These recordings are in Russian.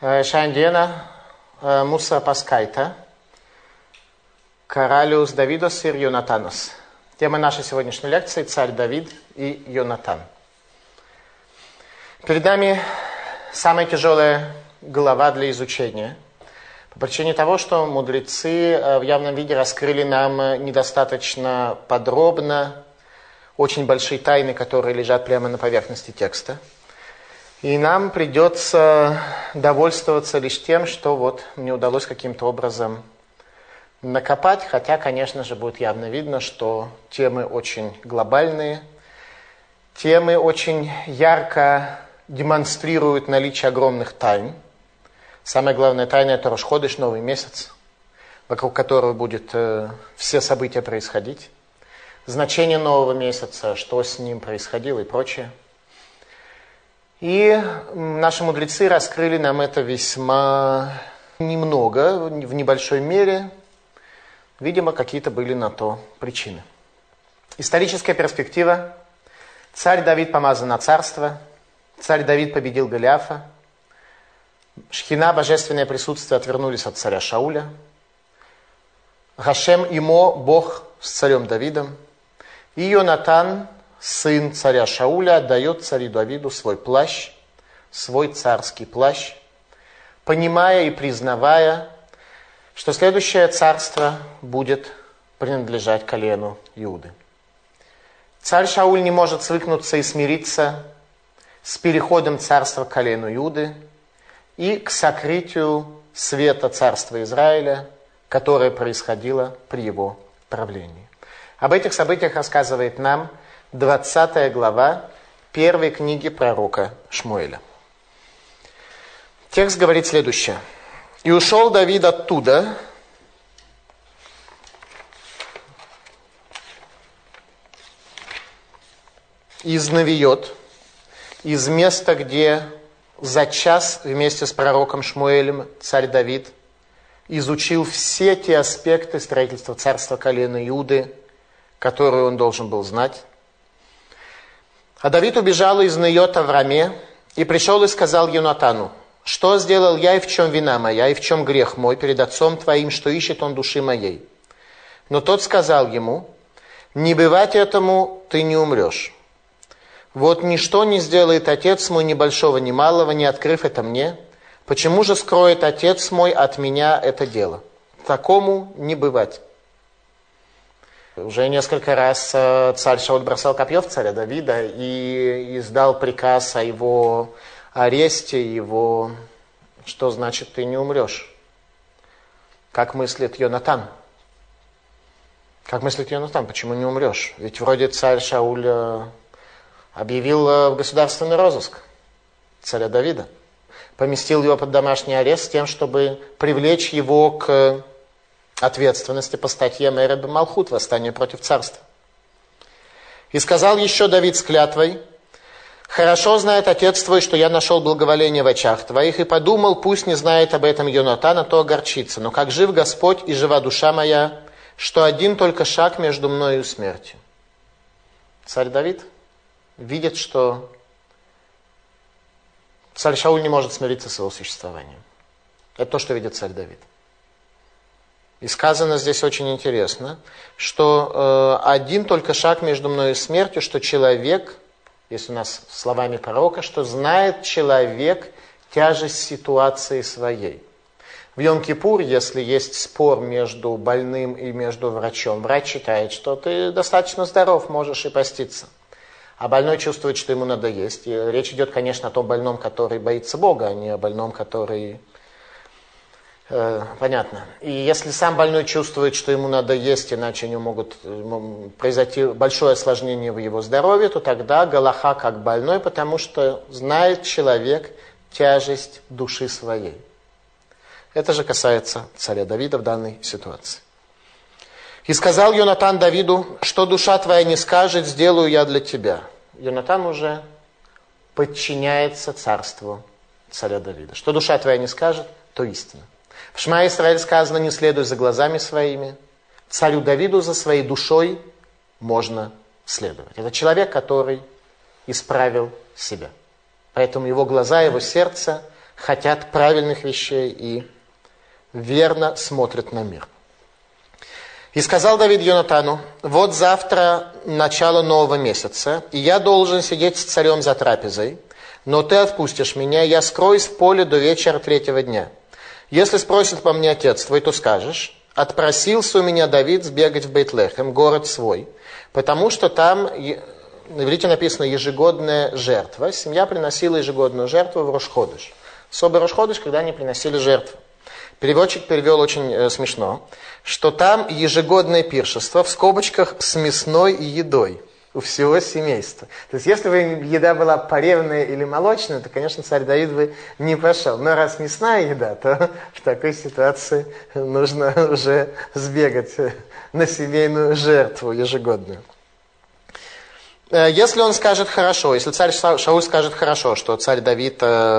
Šiandieną mūsų paskaita Karalius Давидос и Йонатанос. Тема нашей сегодняшней лекции – царь Давид и Йонатан. Перед нами самая тяжелая глава для изучения, по причине того, что мудрецы в явном виде раскрыли нам недостаточно подробно очень большие тайны, которые лежат прямо на поверхности текста. И нам придется довольствоваться лишь тем, что вот мне удалось каким-то образом накопать, хотя, конечно же, будет явно видно, что темы очень глобальные, темы очень ярко демонстрируют наличие огромных тайн. Самая главная тайна – это Рош ходеш, новый месяц, вокруг которого будут все события происходить. Значение нового месяца, что с ним происходило и прочее. И наши мудрецы раскрыли нам это весьма немного, в небольшой мере. Видимо, какие-то были на то причины. Историческая перспектива. Царь Давид помазан на царство. Царь Давид победил Голиафа. Шхина, божественное присутствие, отвернулись от царя Шауля. Гашем Имо, Бог с царем Давидом. И Йонатан, сын царя Шауля, отдает царю Давиду свой плащ, свой царский плащ, понимая и признавая, что следующее царство будет принадлежать колену Иуды. Царь Шауль не может свыкнуться и смириться с переходом царства к колену Иуды и к сокрытию света царства Израиля, которое происходило при его правлении. Об этих событиях рассказывает нам 20 глава первой книги пророка Шмуэля. Текст говорит следующее. «И ушел Давид оттуда, из Навиот, из места, где за час вместе с пророком Шмуэлем царь Давид изучил все те аспекты строительства царства колена Иуды, которые он должен был знать. А Давид убежал из Навиота в Раме и пришел и сказал Йонатану: что сделал я и в чем вина моя, и в чем грех мой перед отцом твоим, что ищет он души моей? Но тот сказал ему: не бывать этому, ты не умрешь. Вот ничто не сделает отец мой ни большого, ни малого, не открыв это мне. Почему же скроет отец мой от меня это дело? Такому не бывать. Уже несколько раз царь Шауль бросал копье в царя Давида и издал приказ о его аресте, его... Что значит ты не умрешь? Как мыслит Йонатан? Как мыслит Йонатан? Почему не умрешь? Ведь вроде царь Шауль объявил государственный розыск царя Давида. Поместил его под домашний арест с тем, чтобы привлечь его к ответственности по статье Меред бе-Малхут, восстание против царства. И сказал еще Давид с клятвой: хорошо знает отец твой, что я нашел благоволение в очах твоих, и подумал, пусть не знает об этом Йонатан, а то огорчится. Но как жив Господь и жива душа моя, что один только шаг между мною и смертью. Царь Давид видит, что царь Шауль не может смириться с его существованием. Это то, что видит царь Давид. И сказано здесь очень интересно, что один только шаг между мной и смертью, что человек, если у нас словами пророка, что знает человек тяжесть ситуации своей. В Йом-Кипур, если есть спор между больным и между врачом, врач считает, что ты достаточно здоров, можешь и поститься. А больной чувствует, что ему надо есть. И речь идет, конечно, о том больном, который боится Бога, а не о больном, который... Понятно. И если сам больной чувствует, что ему надо есть, иначе у него могут произойти большое осложнение в его здоровье, то тогда галаха как больной, потому что знает человек тяжесть души своей. Это же касается царя Давида в данной ситуации. И сказал Йонатан Давиду: что душа твоя не скажет, сделаю я для тебя. Йонатан уже подчиняется царству царя Давида. Что душа твоя не скажет, то истина. В Шма Исраэль сказано: не следуй за глазами своими. Царю Давиду за своей душой можно следовать. Это человек, который исправил себя. Поэтому его глаза, его сердце хотят правильных вещей и верно смотрят на мир. И сказал Давид Йонатану: вот завтра начало нового месяца, и я должен сидеть с царем за трапезой, но ты отпустишь меня, и я скроюсь в поле до вечера третьего дня. Если спросит по мне отец твой, то скажешь: отпросился у меня Давид сбегать в Бейт-Лехем, город свой, потому что там, на иврите написано, ежегодная жертва. Семья приносила ежегодную жертву в Рош-ходеш. Особый Рош-ходеш, когда они приносили жертву. Переводчик перевел очень смешно, что там ежегодное пиршество, в скобочках, с мясной едой у всего семейства. То есть, если бы еда была паревная или молочная, то, конечно, царь Давид бы не пошел. Но раз мясная еда, то в такой ситуации нужно уже сбегать на семейную жертву ежегодную. Если он скажет хорошо, если царь Шауль скажет хорошо, что царь Давид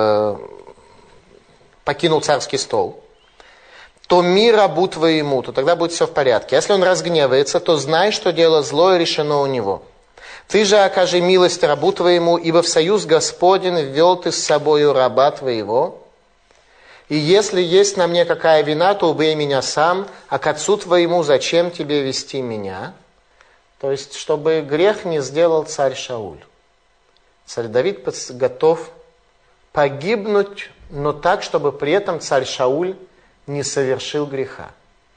покинул царский стол, то мир рабу твоему, то тогда будет все в порядке. Если он разгневается, то знай, что дело злое решено у него. Ты же окажи милость рабу твоему, ибо в союз Господень ввел ты с собою раба твоего. И если есть на мне какая вина, то убей меня сам, а к отцу твоему зачем тебе вести меня? То есть, чтобы грех не сделал царь Шауль. Царь Давид готов погибнуть, но так, чтобы при этом царь Шауль не совершил греха.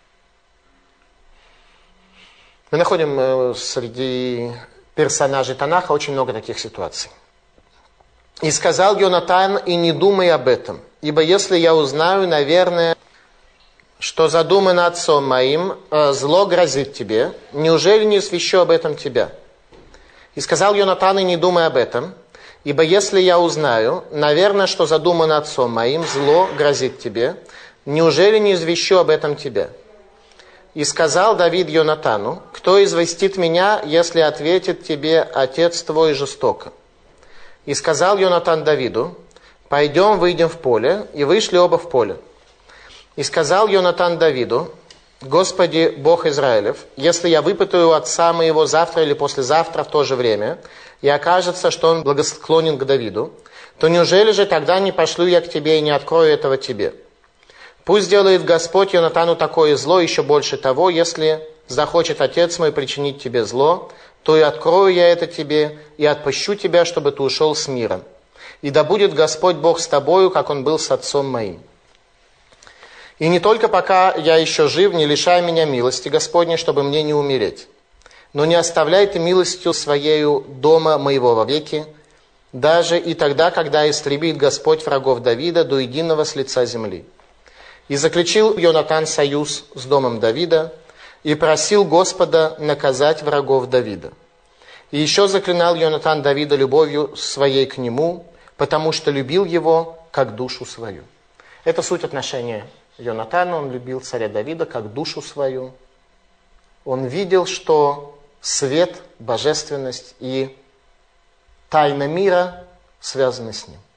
Мы находим среди персонажей Танаха очень много таких ситуаций. «И сказал Йонатан, и не думай об этом, ибо если я узнаю, наверное, что задумано отцом моим, зло грозит тебе, неужели не извещу об этом тебя? И сказал Йонатан, и не думай об этом, ибо если я узнаю, наверное, что задумано отцом моим, зло грозит тебе, неужели не извещу об этом тебя? И сказал Давид Йонатану: кто известит меня, если ответит тебе отец твой жестоко? И сказал Йонатан Давиду: пойдем, выйдем в поле, и вышли оба в поле. И сказал Йонатан Давиду: Господи, Бог Израилев, если я выпытаю у отца моего завтра или послезавтра в то же время, и окажется, что он благосклонен к Давиду, то неужели же тогда не пошлю я к тебе и не открою этого тебе? Пусть делает Господь Йонатану такое зло, еще больше того, если захочет отец мой причинить тебе зло, то и открою я это тебе, и отпущу тебя, чтобы ты ушел с миром. И да будет Господь Бог с тобою, как он был с отцом моим. И не только пока я еще жив, не лишай меня милости Господней, чтобы мне не умереть. Но не оставляй ты милостью своею дома моего вовеки, даже и тогда, когда истребит Господь врагов Давида до единого с лица земли. И заключил Йонатан союз с домом Давида, и просил Господа наказать врагов Давида. И еще заклинал Йонатан Давида любовью своей к нему, потому что любил его, как душу свою. Это суть отношения Йонатана. Он любил царя Давида, как душу свою. Он видел, что свет, божественность и тайна мира связаны с ним.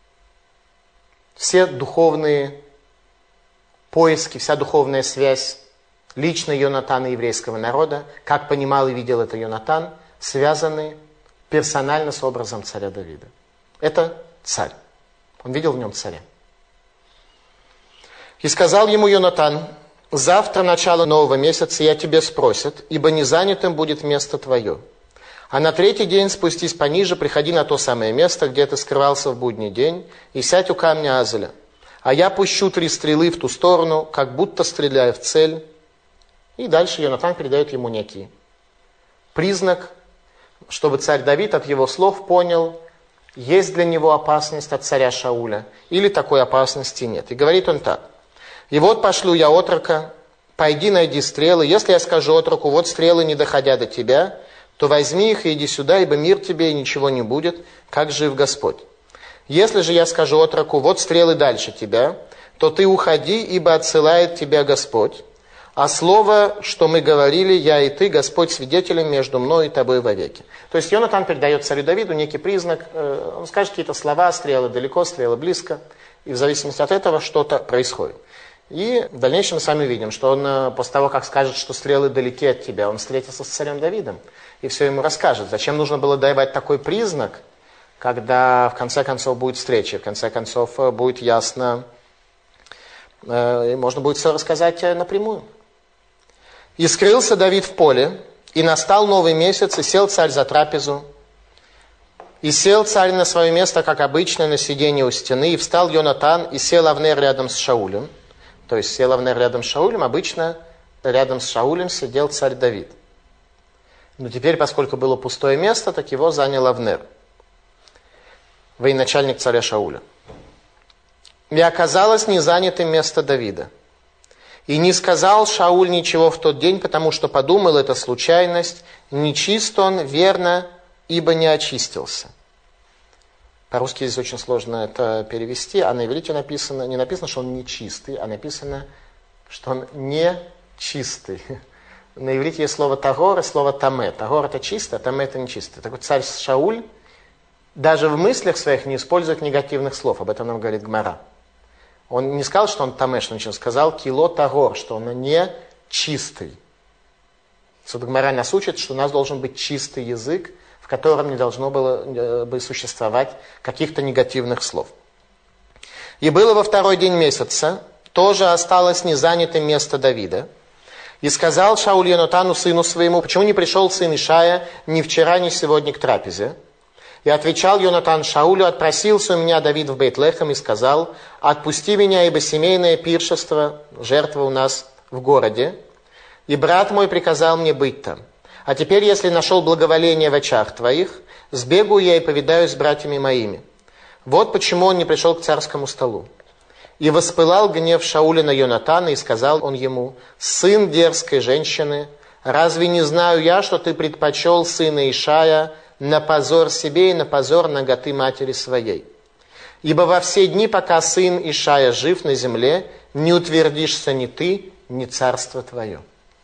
Все духовные поиски, вся духовная связь лично Йонатана и еврейского народа, как понимал и видел это Йонатан, связаны персонально с образом царя Давида. Это царь. Он видел в нем царя. И сказал ему Йонатан: завтра начало нового месяца, я тебе спросят, ибо не занятым будет место твое. А на третий день спустись пониже, приходи на то самое место, где ты скрывался в будний день, и сядь у камня Азеля. А я пущу 3 стрелы в ту сторону, как будто стреляя в цель. И дальше Йонатан передает ему некий признак, чтобы царь Давид от его слов понял, есть для него опасность от царя Шауля, или такой опасности нет. И говорит он так: и вот пошлю я отрока, пойди найди стрелы. Если я скажу отроку: вот стрелы, не доходя до тебя, то возьми их и иди сюда, ибо мир тебе и ничего не будет, как жив Господь. Если же я скажу отроку: вот стрелы дальше тебя, то ты уходи, ибо отсылает тебя Господь. А слово, что мы говорили, я и ты, Господь свидетелем между мной и тобой вовеки. То есть Йонатан передает царю Давиду некий признак, он скажет какие-то слова, стрелы далеко, стрелы близко, и в зависимости от этого что-то происходит. И в дальнейшем мы с вами видим, что он после того, как скажет, что стрелы далеки от тебя, он встретился с царем Давидом и все ему расскажет. Зачем нужно было давать такой признак когда в конце концов будет встреча, в конце концов будет ясно, и можно будет все рассказать напрямую. «И скрылся Давид в поле, и настал новый месяц, и сел царь за трапезу. И сел царь на свое место, как обычно, на сиденье у стены, и встал Йонатан, и сел Авнер рядом с Шаулем». То есть сел Авнер рядом с Шаулем, обычно рядом с Шаулем сидел царь Давид. Но теперь, поскольку было пустое место, так его занял Авнер, военачальник царя Шауля. «И оказалось незанятым место Давида. И не сказал Шауль ничего в тот день, потому что подумал, это случайность, нечист он, верно, ибо не очистился». По-русски здесь очень сложно это перевести, а на иврите написано, не написано, что он нечистый, а написано, что он не чистый. На иврите есть слово «тагор» и слово «таме». «Тагор» — это чисто, а «таме» — это нечисто. Так вот, царь Шауль даже в мыслях своих не использует негативных слов. Об этом нам говорит Гмара. Он не сказал, что он «таме», что он сказал «кило тагор», что он не чистый. Суд Гмара нас учит, что у нас должен быть чистый язык, в котором не должно было бы существовать каких-то негативных слов. «И было во второй день месяца, тоже осталось незанятым место Давида. И сказал Шауль Йонатану, сыну своему, почему не пришел сын Ишая ни вчера, ни сегодня к трапезе? И отвечал Йонатан Шаулю, отпросился у меня Давид в Бейт-Лехем и сказал, отпусти меня, ибо семейное пиршество, жертва у нас в городе, и брат мой приказал мне быть там. А теперь, если нашел благоволение в очах твоих, сбегу я и повидаюсь с братьями моими. Вот почему он не пришел к царскому столу. И воспылал гнев Шауля на Йонатана, и сказал он ему, сын дерзкой женщины, разве не знаю я, что ты предпочел сына Ишая на позор себе и на позор наготы матери своей? Ибо во все дни, пока сын Ишая жив на земле, не утвердишься ни ты, ни царство твое».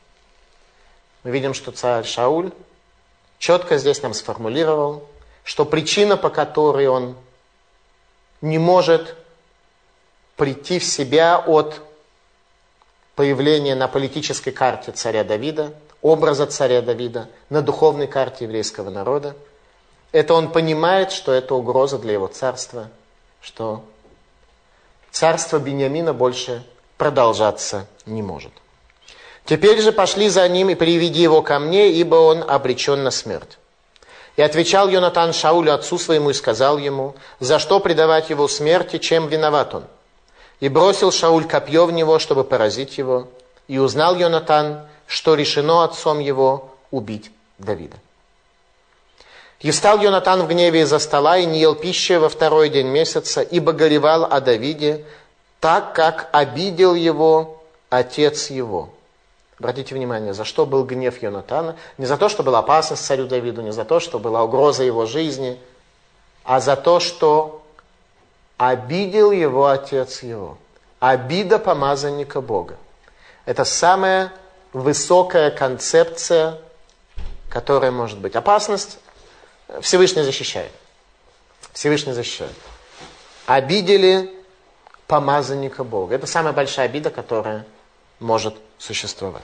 Мы видим, что царь Шауль четко здесь нам сформулировал, что причина, по которой он не может прийти в себя от появления на политической карте царя Давида, образа царя Давида, на духовной карте еврейского народа, это он понимает, что это угроза для его царства, что царство Биньямина больше продолжаться не может. «Теперь же пошли за ним и приведи его ко мне, ибо он обречен на смерть». И отвечал Йонатан Шаулю отцу своему и сказал ему, за что предавать его смерти, чем виноват он? И бросил Шауль копье в него, чтобы поразить его. И узнал Йонатан, что решено отцом его убить Давида. И встал Йонатан в гневе из-за стола и не ел пищи во второй день месяца, ибо горевал о Давиде, так как обидел его отец его. Обратите внимание, за что был гнев Йонатана. Не за то, что была опасность царю Давиду, не за то, что была угроза его жизни, а за то, что обидел его отец его. Обида помазанника Бога. Это самая высокая концепция, которая может быть. Опасность Всевышний защищает. Всевышний защищает. Обидели помазанника Бога. Это самая большая обида, которая может существовать.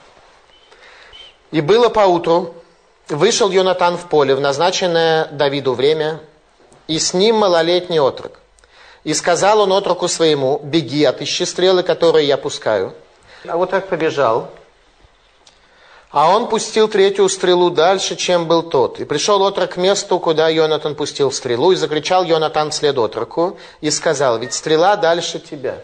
«И было поутру, вышел Йонатан в поле в назначенное Давиду время, и с ним малолетний отрок. И сказал он отроку своему, беги, отыщи стрелы, которые я пускаю. А вот так побежал. А он пустил третью стрелу дальше, чем был тот. И пришел отрок к месту, куда Йонатан пустил стрелу, и закричал Йонатан вслед отроку, и сказал, ведь стрела дальше тебя.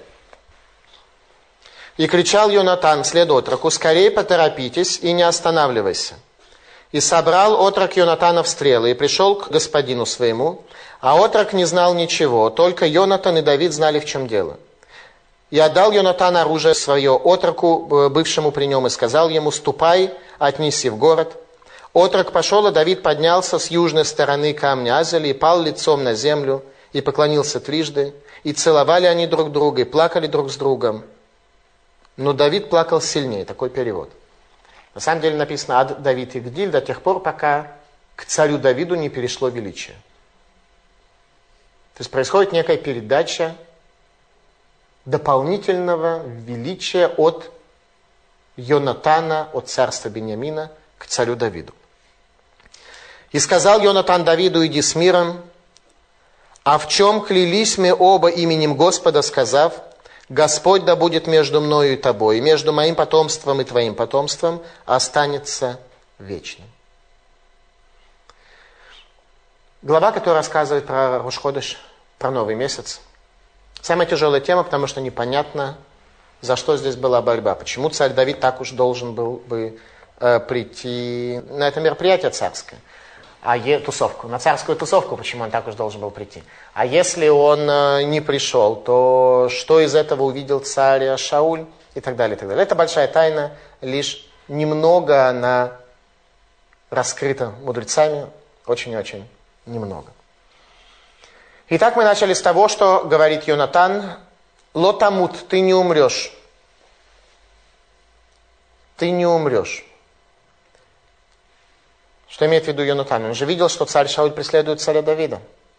И кричал Йонатан вслед отроку, скорей поторопитесь и не останавливайся. И собрал отрок Йонатана в стрелы, и пришел к господину своему, а отрок не знал ничего, только Йонатан и Давид знали, в чем дело. И отдал Йонатан оружие свое отроку, бывшему при нем, и сказал ему, ступай, отнеси в город. Отрок пошел, а Давид поднялся с южной стороны камня Азели и пал лицом на землю, и поклонился трижды, и целовали они друг друга, и плакали друг с другом. Но Давид плакал сильнее, такой перевод. На самом деле написано «Ад Давид Игдиль» до тех пор, пока к царю Давиду не перешло величие. То есть происходит некая передача дополнительного величия от Йонатана, от царства Биньямина к царю Давиду. «И сказал Йонатан Давиду, иди с миром, А в чем клялись мы оба именем Господа, сказав: Господь да будет между мною и тобой, и между моим потомством и твоим потомством останется вечным. Глава, которая рассказывает про Рош ходеш, про новый месяц. Самая тяжелая тема, потому что непонятно, за что здесь была борьба. Почему царь Давид так уж должен был бы прийти на это мероприятие царское. Тусовку. На царскую тусовку, почему он так уж должен был прийти. А если он не пришел, то что из этого увидел царь Шауль? И так далее, и так далее. Это большая тайна, лишь немного она раскрыта мудрецами, очень-очень немного. Итак, мы начали с того, что говорит Йонатан: «Ло тамут, ты не умрешь». Ты не умрешь. Что имеет в виду Йонатан? Он же видел, что царь Шауль преследует царя Давида.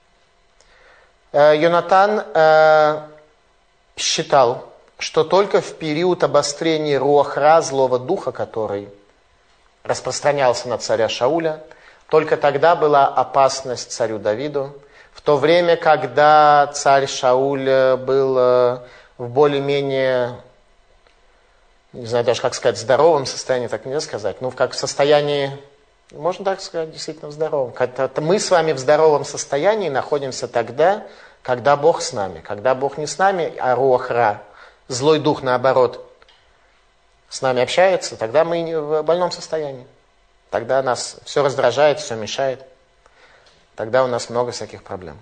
Йонатан считал, что только в период обострения руах-ра, злого духа, который распространялся на царя Шауля, только тогда была опасность царю Давиду. В то время, когда царь Шауль был в более-менее, не знаю даже как сказать, здоровом состоянии, так нельзя сказать, но как в состоянии, можно так сказать, действительно в здоровом. Мы с вами в здоровом состоянии находимся тогда, когда Бог с нами. Когда Бог не с нами, а руах-ра, злой дух, наоборот, с нами общается, тогда мы в больном состоянии. Тогда нас все раздражает, все мешает. Тогда у нас много всяких проблем.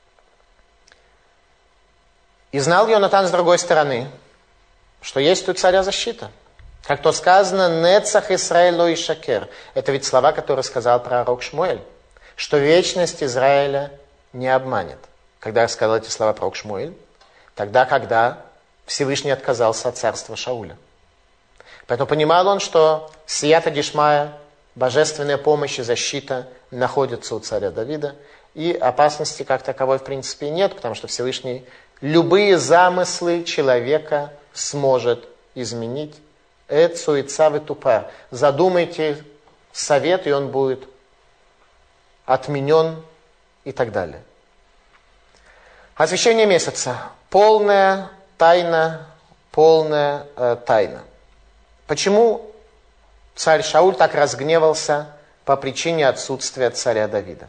И знал Йонатан с другой стороны, что есть у царя защита. Как то сказано, «Нецах Исраэль ло ишакер». Это ведь слова, которые сказал пророк Шмуэль, что вечность Израиля не обманет. Когда сказал эти слова пророк Шмуэль? Тогда, когда Всевышний отказался от царства Шауля. Поэтому понимал он, что сията дишмая, божественная помощь и защита находятся у царя Давида, и опасности как таковой в принципе нет, потому что Всевышний любые замыслы человека сможет изменить. Эцу и цавы тупа. Задумайте совет, и он будет отменен и так далее. Освящение месяца. Полная тайна, полная тайна. Почему царь Шауль так разгневался по причине отсутствия царя Давида?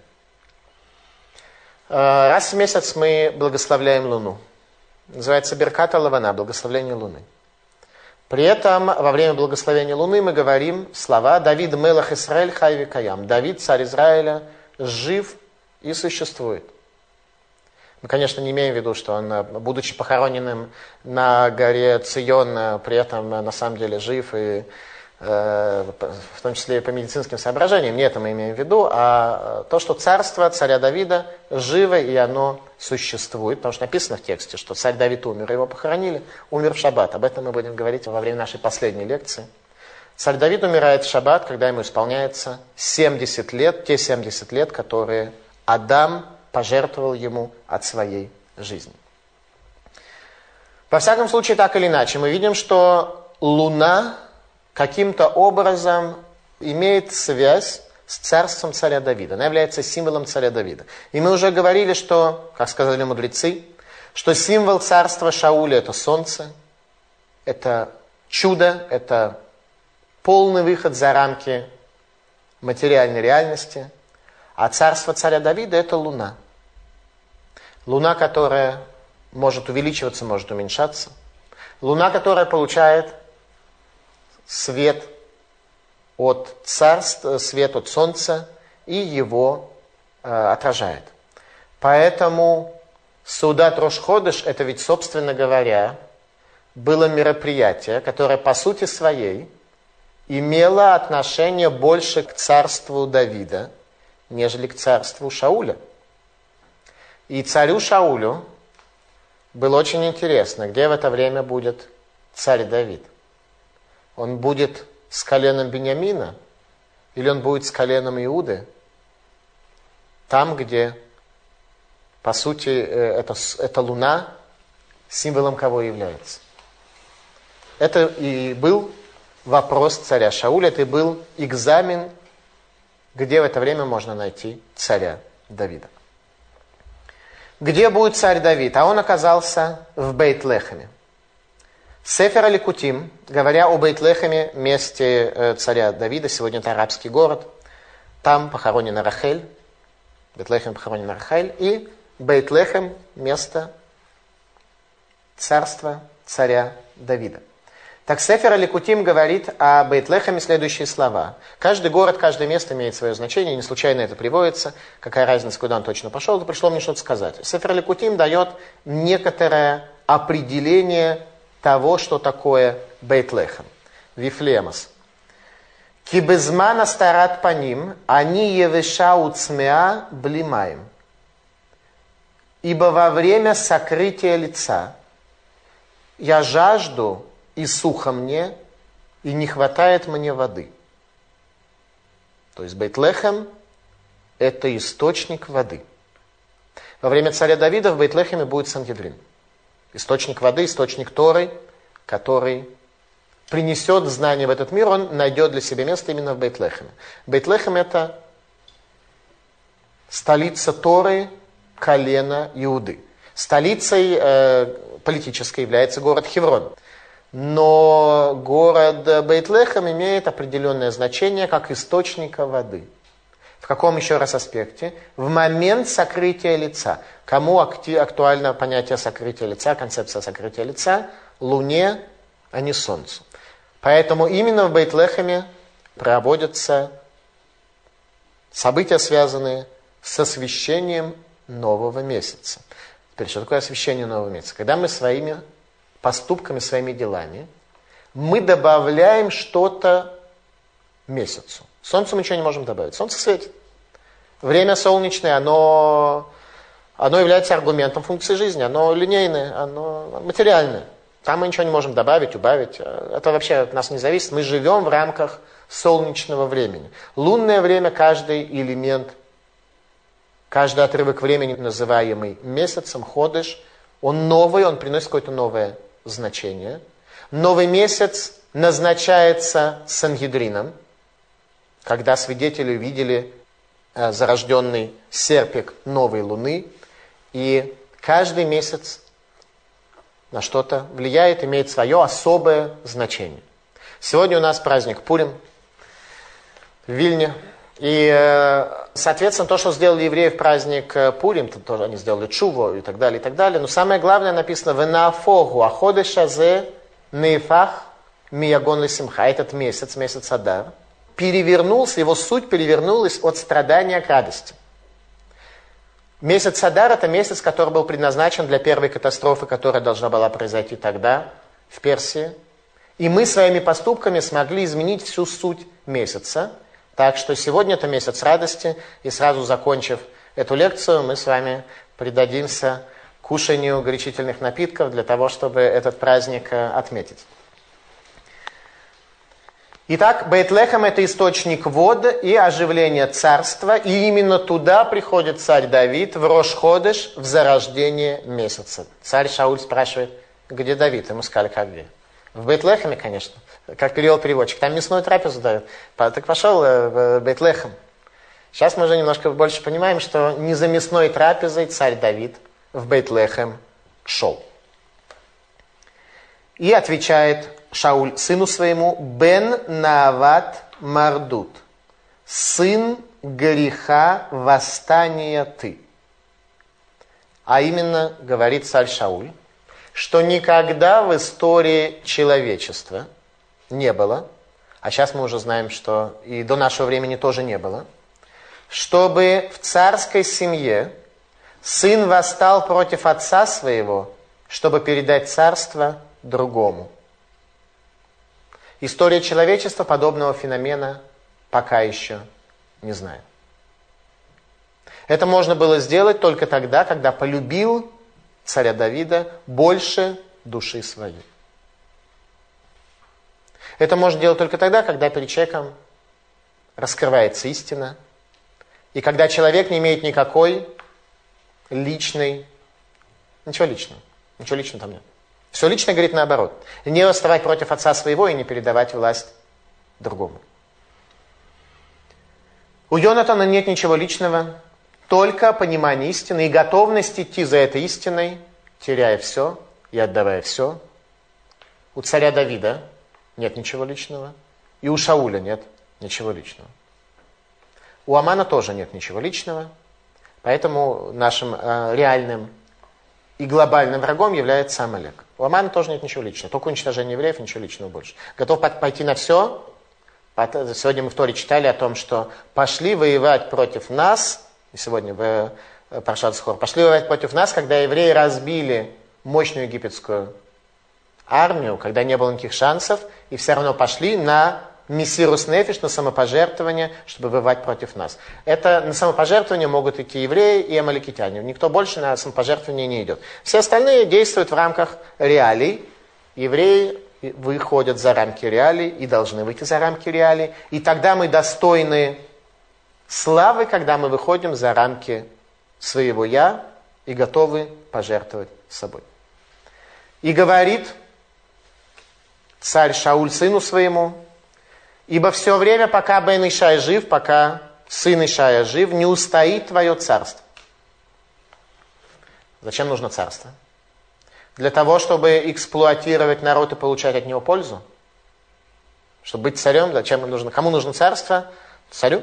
Раз в месяц мы благословляем Луну. Называется Беркат ха-Лавана, благословление Луны. При этом во время благословения Луны мы говорим слова «Давид мелах Исраэль хай векаям». Давид, царь Израиля, жив и существует. Мы, конечно, не имеем в виду, что он, будучи похороненным на горе Цион, при этом на самом деле жив, и в том числе и по медицинским соображениям. Не это мы имеем в виду, а то, что царство царя Давида живо, и оно существует. Потому что написано в тексте, что царь Давид умер, его похоронили, умер в шаббат. Об этом мы будем говорить во время нашей последней лекции. Царь Давид умирает в шаббат, когда ему исполняется 70 лет, те 70 лет, которые Адам пожертвовал ему от своей жизни. Во всяком случае, так или иначе, мы видим, что Луна каким-то образом имеет связь с царством царя Давида. Она является символом царя Давида. И мы уже говорили, что, как сказали мудрецы, что символ царства Шауля – это солнце, это чудо, это полный выход за рамки материальной реальности. А царство царя Давида – это луна. Луна, которая может увеличиваться, может уменьшаться. Луна, которая получает свет от царства, свет от солнца и его отражает. Поэтому Саудат Рош ходеш – это ведь, собственно говоря, было мероприятие, которое по сути своей имело отношение больше к царству Давида, нежели к царству Шауля. И царю Шаулю было очень интересно, где в это время будет царь Давид. Он будет с коленом Биньямина или он будет с коленом Иуды? Там, где, по сути, эта луна символом кого является. Это и был вопрос царя Шауля, это и был экзамен, где в это время можно найти царя Давида. Где будет царь Давид? А он оказался в Бейт-Лехеме. Сефер Ликутим, говоря о Бейт-Лехеме, месте царя Давида, сегодня это арабский город, там похоронена Рахель, Бейт-Лехем похоронена Рахель, и Бейт-Лехем – место царства царя Давида. Так Сефер Ликутим говорит о Бейт-Лехеме следующие слова. Каждый город, каждое место имеет свое значение, не случайно это приводится. Какая разница, куда он точно пошел, то пришло мне что-то сказать. Сефер Ликутим дает некоторое определение того, что такое Бейт-Лехем. Вифлемос. Кибезмана старат по ним, они евеша уцмеа блимаем. Ибо во время сокрытия лица я жажду, и сухо мне, и не хватает мне воды. То есть Бейт-Лехем – это источник воды. Во время царя Давида в Бейт-Лехеме будет Сангедрин. Источник воды, источник Торы, который принесет знание в этот мир, он найдет для себя место именно в Бейт-Лехеме. Бейт-Лехем – это столица Торы, колена Иуды. Столицей политической является город Хеврон. Но город Бейт-Лехем имеет определенное значение как источника воды. В каком еще раз аспекте? В момент сокрытия лица. Кому актуально понятие сокрытия лица, концепция сокрытия лица? Луне, а не Солнцу. Поэтому именно в Бейт-Лехеме проводятся события, связанные с освящением нового месяца. Теперь, что такое освящение нового месяца? Когда мы своими поступками, своими делами, мы добавляем что-то месяцу. Солнцу мы ничего не можем добавить. Солнце светит. Время солнечное, оно является аргументом функции жизни. Оно линейное, оно материальное. Там мы ничего не можем добавить, убавить. Это вообще от нас не зависит. Мы живем в рамках солнечного времени. Лунное время, каждый элемент, каждый отрывок времени, называемый месяцем, ходыш, он новый, он приносит какое-то новое значение. Новый месяц назначается Сангедрином, когда свидетели увидели зарожденный серпик новой луны, и каждый месяц на что-то влияет, имеет свое особое значение. Сегодня у нас праздник Пурим в Вильне. И, соответственно, то, что сделали евреи в праздник Пурим, то тоже они сделали чуву и так далее, и так далее. Но самое главное написано «Венафогу аходешазе нейфах миягон лисимха». Этот месяц, месяц Адар, перевернулся, его суть перевернулась от страдания к радости. Месяц Адар – это месяц, который был предназначен для первой катастрофы, которая должна была произойти тогда, в Персии. И мы своими поступками смогли изменить всю суть месяца. Так что сегодня это месяц радости, и сразу закончив эту лекцию, мы с вами предадимся кушанию горячительных напитков для того, чтобы этот праздник отметить. Итак, Бейт-Лехем – это источник вод и оживления царства, и именно туда приходит царь Давид в Рош-Ходеш, в зарождение месяца. Царь Шауль спрашивает, где Давид? Ему сказали, как где? В Бейт-Лехеме, конечно. Как перевел переводчик, там мясную трапезу дают. Так пошел в Бейт-Лехем. Сейчас мы уже немножко больше понимаем, что не за мясной трапезой царь Давид в Бейт-Лехем шел. И отвечает Шауль сыну своему: «Бен Наават Мардут, сын греха восстания ты». А именно, говорит царь Шауль, что никогда в истории человечества не было, а сейчас мы уже знаем, что и до нашего времени тоже не было, чтобы в царской семье сын восстал против отца своего, чтобы передать царство другому. История человечества подобного феномена пока еще не знает. Это можно было сделать только тогда, когда полюбил царя Давида больше души своей. Это можно делать только тогда, когда перед человеком раскрывается истина, и когда человек не имеет никакой личной, ничего личного там нет. Все личное говорит наоборот. Не восставать против отца своего и не передавать власть другому. У Йонатана нет ничего личного, только понимание истины и готовность идти за этой истиной, теряя все и отдавая все. У царя Давида нет ничего личного, и у Шауля нет ничего личного. У Амана тоже нет ничего личного, поэтому нашим реальным и глобальным врагом является Амалек. У Амана тоже нет ничего личного, только уничтожение евреев, ничего личного больше. Готов пойти на все. Сегодня мы в Торе читали о том, что пошли воевать против нас, и сегодня в Паршат Зохор, пошли воевать против нас, когда евреи разбили мощную египетскую армию, когда не было никаких шансов, и все равно пошли на мессирус нефиш, на самопожертвование, чтобы воевать против нас. Это на самопожертвование могут идти евреи и амаликитяне. Никто больше на самопожертвование не идет. Все остальные действуют в рамках реалий. Евреи выходят за рамки реалий и должны выйти за рамки реалий. И тогда мы достойны славы, когда мы выходим за рамки своего «я» и готовы пожертвовать собой. И говорит царь Шауль сыну своему: «Ибо все время, пока Бен Ишай жив, пока сын Ишая жив, не устоит твое царство». Зачем нужно царство? Для того, чтобы эксплуатировать народ и получать от него пользу? Чтобы быть царем, зачем нужно? Кому нужно царство? Царю.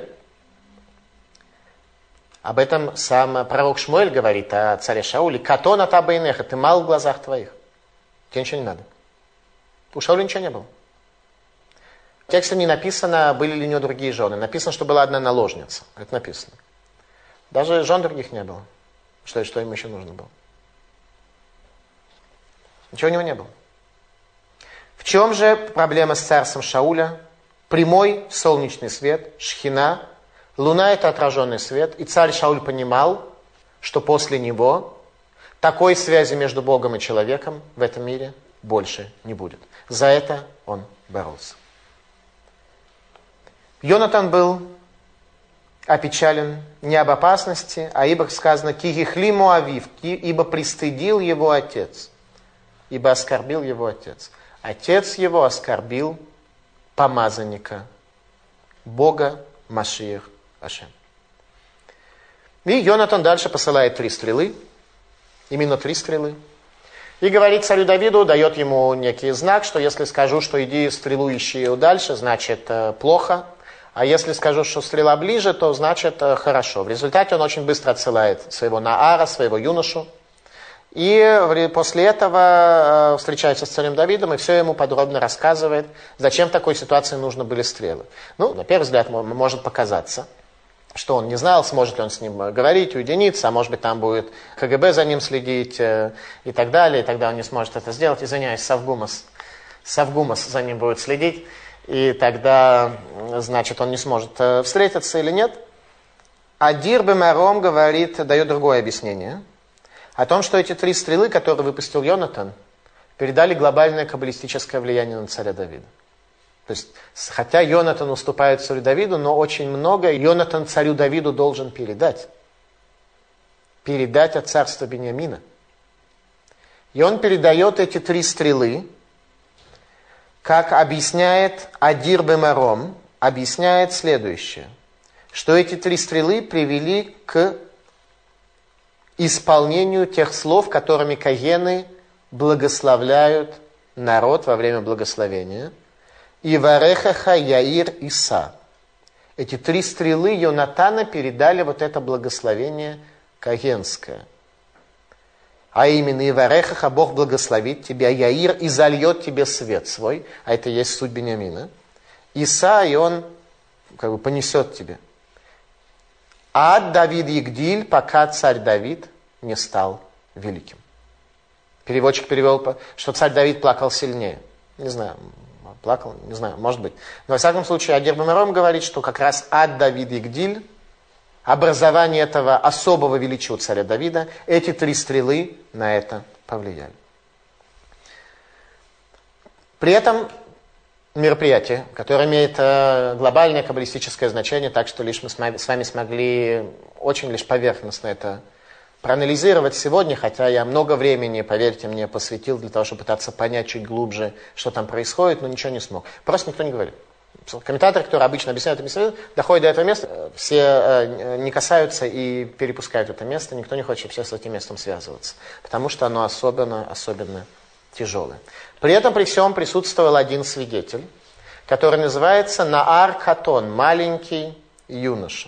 Об этом сам пророк Шмуэль говорит о царе Шауле. «Катон ата бейнеха», ты мал в глазах твоих. Тебе ничего не надо. У Шауля ничего не было. В тексте не написано, были ли у него другие жены. Написано, что была одна наложница. Это написано. Даже жен других не было. Что ему еще нужно было? Ничего у него не было. В чем же проблема с царством Шауля? Прямой солнечный свет, шхина. Луна — это отраженный свет. И царь Шауль понимал, что после него такой связи между Богом и человеком в этом мире больше не будет. За это он боролся. Йонатан был опечален не об опасности, а ибо сказано «Кигихли Моавив», ибо пристыдил его отец, ибо оскорбил его отец. Отец его оскорбил помазанника Бога Машиах Ашем. И Йонатан дальше посылает 3 стрелы, именно 3 стрелы, и говорит царю Давиду, дает ему некий знак, что если скажу, что иди стрелу ищи ее дальше, значит плохо. А если скажу, что стрела ближе, то значит хорошо. В результате он очень быстро отсылает своего Наара, своего юношу. И после этого встречается с царем Давидом и все ему подробно рассказывает, зачем в такой ситуации нужны были стрелы. Ну, на первый взгляд может показаться, что он не знал, сможет ли он с ним говорить, уединиться, а может быть там будет КГБ за ним следить и так далее, и тогда он не сможет это сделать. Извиняюсь, Савгумас за ним будет следить. И тогда, значит, он не сможет встретиться или нет. А Дир Бемаром говорит, дает другое объяснение. О том, что эти 3 стрелы, которые выпустил Йонатан, передали глобальное каббалистическое влияние на царя Давида. То есть, хотя Йонатан уступает царю Давиду, но очень много Йонатан царю Давиду должен передать. Передать от царства Беньямина. И он передает эти 3 стрелы, как объясняет Адир Бемаром, объясняет следующее, что эти 3 стрелы привели к исполнению тех слов, которыми каены благословляют народ во время благословения. И варехаха Яир Иса. Эти 3 стрелы Йонатана передали вот это благословение каенское. А именно, и варехаха, Бог благословит тебя, Яир, и зальет тебе свет свой, а это и есть суть Беньямина. Иса, и он понесет тебе. Ад Давид Егдиль, пока царь Давид не стал великим. Переводчик перевел, что царь Давид плакал сильнее. Не знаю, плакал, не знаю, может быть. Но во всяком случае, Адир Бемаром говорит, что как раз Ад Давид Егдиль, образование этого особого величия у царя Давида, эти 3 стрелы на это повлияли. При этом мероприятие, которое имеет глобальное каббалистическое значение, так что лишь мы с вами смогли очень лишь поверхностно это проанализировать сегодня, хотя я много времени, поверьте мне, посвятил для того, чтобы пытаться понять чуть глубже, что там происходит, но ничего не смог. Просто никто не говорит. Комментаторы, которые обычно объясняют это место, доходят до этого места, все не касаются и перепускают это место, никто не хочет вообще с этим местом связываться, потому что оно особенно тяжелое. При этом при всем присутствовал один свидетель, который называется Наар Катон, маленький юноша.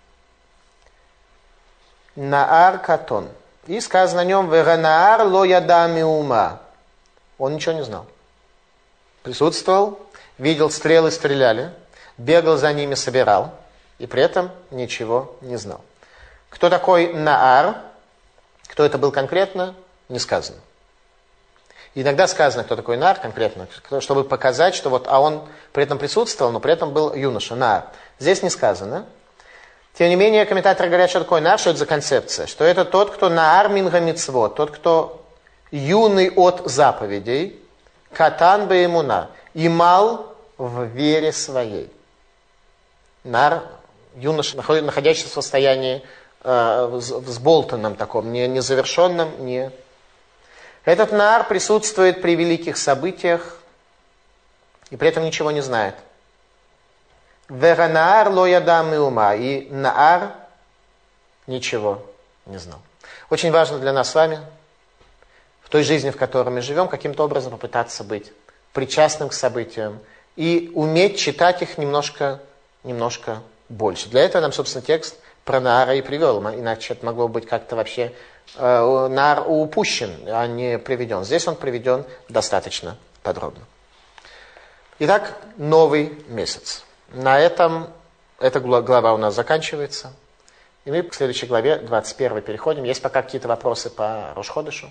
Наар Катон. И сказано о нем «Веранаар ло ядами ума». Он ничего не знал. Присутствовал, видел, стрелы стреляли, бегал за ними, собирал, и при этом ничего не знал. Кто такой Наар, кто это был конкретно, не сказано. Иногда сказано, кто такой Наар конкретно, чтобы показать, что вот, а он при этом присутствовал, но при этом был юноша, Наар. Здесь не сказано. Тем не менее, комментаторы говорят, что такое Наар, что это за концепция, что это тот, кто Наар мин га-мицвот, тот, кто юный от заповедей, катан бе-эмуна, и мал в вере своей. Наар, юноша, находящийся в состоянии взболтанном таком, незавершенном, не... Этот Наар присутствует при великих событиях и при этом ничего не знает. Веранаар ло ядам и ума. И Наар ничего не знал. Очень важно для нас с вами в той жизни, в которой мы живем, каким-то образом попытаться быть причастным к событиям и уметь читать их немножко больше. Для этого нам, собственно, текст про Наара и привел. Иначе это могло быть как-то вообще... Наар упущен, а не приведен. Здесь он приведен достаточно подробно. Итак, новый месяц. На этом эта глава у нас заканчивается. И мы к следующей главе, 21 переходим. Есть пока какие-то вопросы по Рош ходешу?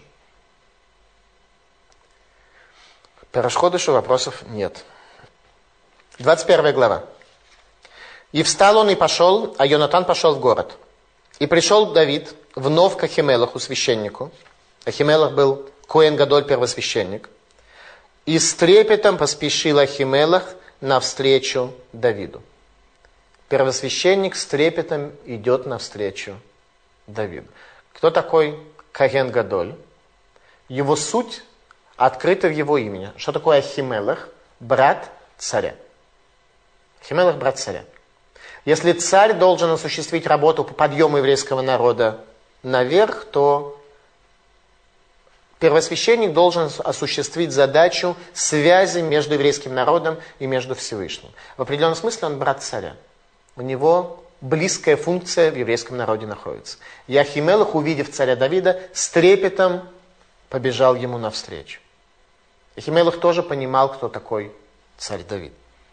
По Рош ходешу вопросов нет. 21 глава. «И встал он и пошел, а Йонатан пошел в город. И пришел Давид вновь к Ахимелаху, священнику. Ахимелах был Коэн Гадоль, первосвященник. И с трепетом поспешил Ахимелах навстречу Давиду». Первосвященник с трепетом идет навстречу Давиду. Кто такой Коэн Гадоль? Его суть открыта в его имени. Что такое Ахимелах? Брат царя. Ахимелах – брат царя. Если царь должен осуществить работу по подъему еврейского народа наверх, то первосвященник должен осуществить задачу связи между еврейским народом и между Всевышним. В определенном смысле он брат царя. У него близкая функция в еврейском народе находится. И Ахимелах, увидев царя Давида, с трепетом побежал ему навстречу. Ахимелах тоже понимал, кто такой царь Давид.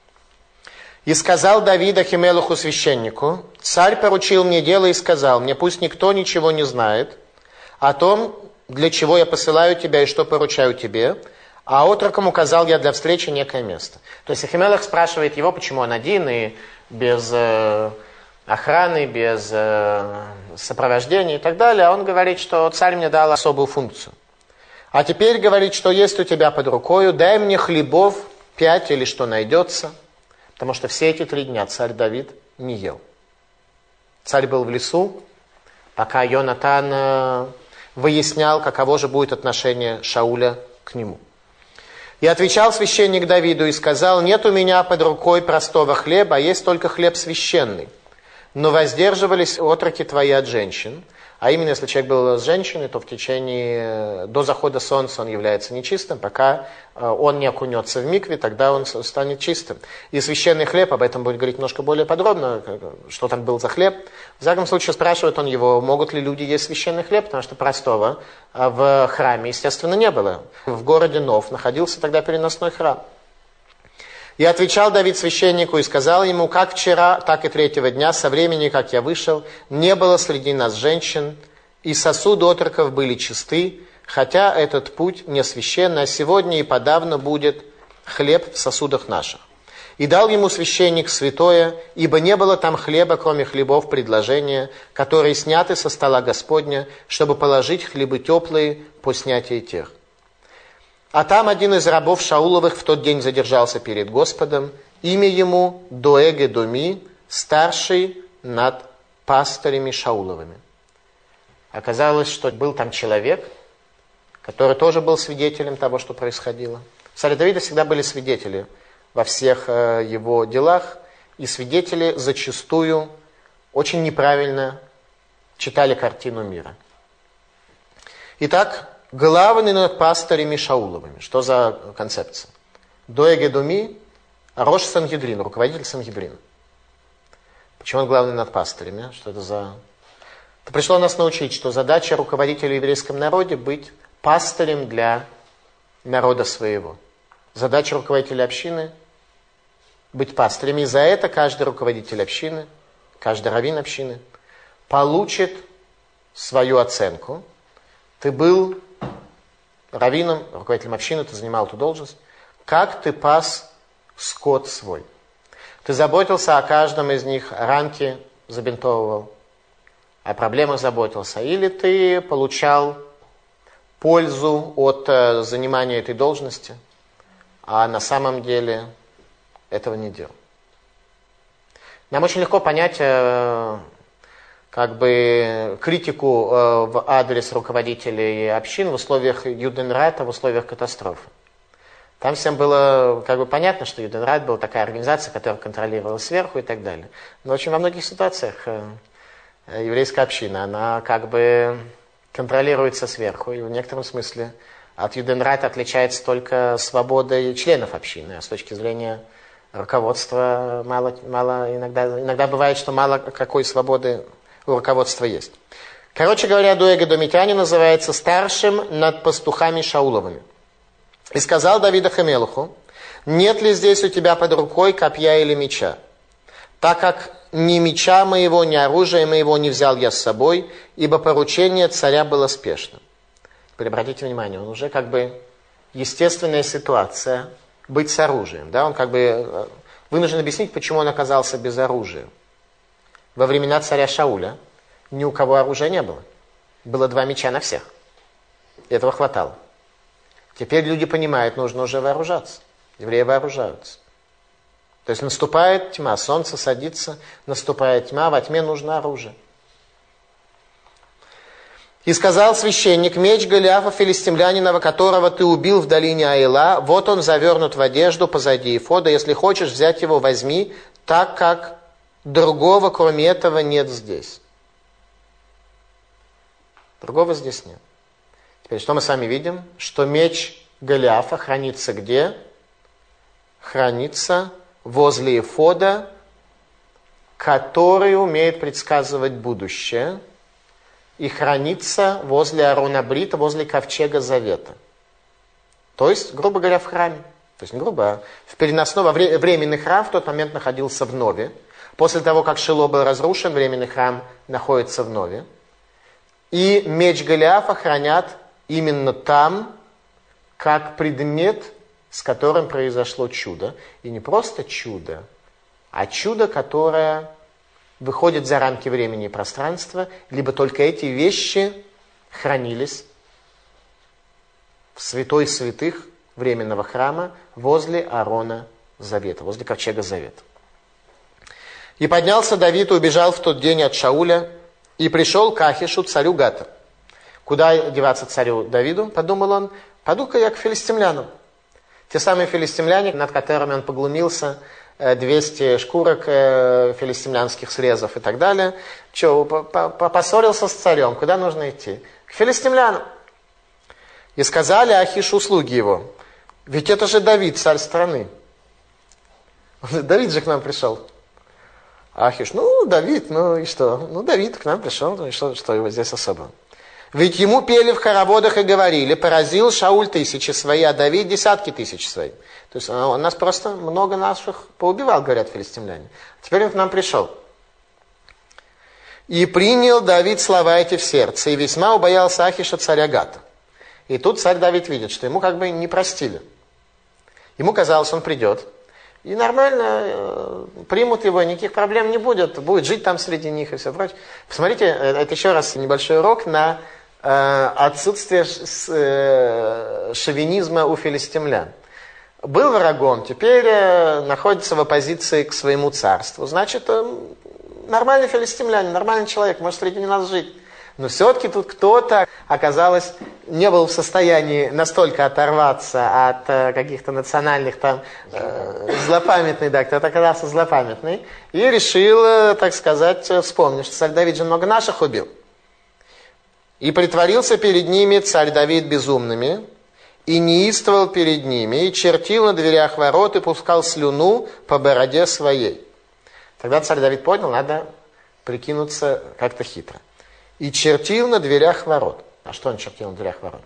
«И сказал Давид Ахимелаху священнику: царь поручил мне дело и сказал мне: пусть никто ничего не знает о том, для чего я посылаю тебя и что поручаю тебе, а отрокам указал я для встречи некое место». То есть Ахимелах спрашивает его, почему он один и без охраны, без сопровождения и так далее. А он говорит, что царь мне дал особую функцию. А теперь говорит, что есть у тебя под рукою, дай мне хлебов 5 или что найдется. Потому что все эти 3 дня царь Давид не ел. Царь был в лесу, пока Йонатан выяснял, каково же будет отношение Шауля к нему. И отвечал священник Давиду и сказал: нет у меня под рукой простого хлеба, а есть только хлеб священный. Но воздерживались отроки твои от женщин. А именно, если человек был с женщиной, то в течение, до захода солнца он является нечистым, пока он не окунется в микве, тогда он станет чистым. И священный хлеб, об этом будет говорить немножко более подробно, что там был за хлеб. В всяком случае, спрашивает он его, могут ли люди есть священный хлеб, потому что простого в храме, естественно, не было. В городе Нов находился тогда переносной храм. И отвечал Давид священнику и сказал ему: как вчера, так и 3-го дня, со времени, как я вышел, не было среди нас женщин, и сосуды отроков были чисты, хотя этот путь не священный, а сегодня и подавно будет хлеб в сосудах наших. И дал ему священник святое, ибо не было там хлеба, кроме хлебов предложения, которые сняты со стола Господня, чтобы положить хлебы теплые по снятии тех. А там один из рабов Шауловых в тот день задержался перед Господом, имя ему Доэг-Эдоми, старший над пастырями Шауловыми. Оказалось, что был там человек, который тоже был свидетелем того, что происходило. В царе Давида всегда были свидетели во всех его делах, и свидетели зачастую очень неправильно читали картину мира. Итак, главный над пастырями Шауловыми. Что за концепция? Доэге Думи, Рош Сангедрин, руководитель Сангедрина. Почему он главный над пастырями? Что это за... Это пришло нас научить, что задача руководителя в еврейском народе быть пастырем для народа своего. Задача руководителя общины быть пастырем. И за это каждый руководитель общины, каждый раввин общины получит свою оценку. Ты был раввином, руководителем общины, ты занимал эту должность. Как ты пас скот свой? Ты заботился о каждом из них, ранки забинтовывал, о проблемах заботился. Или ты получал пользу от занимания этой должности, а на самом деле этого не делал. Нам очень легко понять критику в адрес руководителей общин в условиях Юденрата, в условиях катастрофы. Там всем было понятно, что Юденрат была такая организация, которая контролировала сверху и так далее. Но очень во многих ситуациях еврейская община, она контролируется сверху, и в некотором смысле от Юденрата отличается только свободой членов общины, а с точки зрения руководства иногда бывает, что мало какой свободы у руководства есть. Короче говоря, Доэге Домитяне называется старшим над пастухами Шауловыми. И сказал Давид Ахимелуху: нет ли здесь у тебя под рукой копья или меча? Так как ни меча моего, ни оружия моего не взял я с собой, ибо поручение царя было спешным. Теперь обратите внимание, он уже естественная ситуация быть с оружием. Да? Он вынужден объяснить, почему он оказался без оружия. Во времена царя Шауля ни у кого оружия не было. Было 2 меча на всех. И этого хватало. Теперь люди понимают, нужно уже вооружаться. Евреи вооружаются. То есть наступает тьма, солнце садится, наступает тьма, во тьме нужно оружие. И сказал священник: меч Голиафа филистимлянина, которого ты убил в долине Аила, вот он завернут в одежду позади эфода. Если хочешь взять его, возьми, так как другого, кроме этого, нет здесь. Другого здесь нет. Теперь, что мы с вами видим? Что меч Голиафа хранится где? Хранится возле эфода, который умеет предсказывать будущее, и хранится возле Аарона Брита, возле ковчега Завета. То есть, грубо говоря, в храме. То есть не грубо, а в переносном, временный храм в тот момент находился в Нове. После того, как Шило был разрушен, временный храм находится в Нове. И меч Голиафа хранят именно там, как предмет, с которым произошло чудо. И не просто чудо, а чудо, которое выходит за рамки времени и пространства, либо только эти вещи хранились в святой святых временного храма возле Аарона Завета, возле ковчега Завета. И поднялся Давид и убежал в тот день от Шауля, и пришел к Ахишу, царю Гата. Куда деваться царю Давиду, подумал он, пойду-ка я к филистимлянам. Те самые филистимляне, над которыми он поглумился, 200 шкурок филистимлянских срезов и так далее. Поссорился с царем, куда нужно идти? К филистимлянам. И сказали Ахишу слуги его: ведь это же Давид, царь страны. Давид же к нам пришел. Ахиш: Давид, и что? Давид к нам пришел, и что его здесь особо? Ведь ему пели в хороводах и говорили: поразил Шауль 1000 свои, а Давид 10 тысяч свои. То есть он нас просто много наших поубивал, говорят филистимляне. Теперь он к нам пришел. И принял Давид слова эти в сердце, и весьма убоялся Ахиша, царя Гата. И тут царь Давид видит, что ему не простили. Ему казалось, он придет, и нормально примут его, никаких проблем не будет жить там среди них и все прочее. Посмотрите, это еще раз небольшой урок на отсутствие шовинизма у филистимлян. Был врагом, теперь находится в оппозиции к своему царству. Значит, нормальный филистимлянин, нормальный человек, может среди нас жить. Но все-таки тут кто-то, оказалось, не был в состоянии настолько оторваться от каких-то национальных там злопамятных, да, кто-то оказался злопамятный, и решил, так сказать, вспомнить, что царь Давид же много наших убил. И притворился перед ними царь Давид безумными, и неистовал перед ними, и чертил на дверях ворот, и пускал слюну по бороде своей. Тогда царь Давид понял, надо прикинуться как-то хитро. И чертил на дверях ворот. А что он чертил на дверях ворот?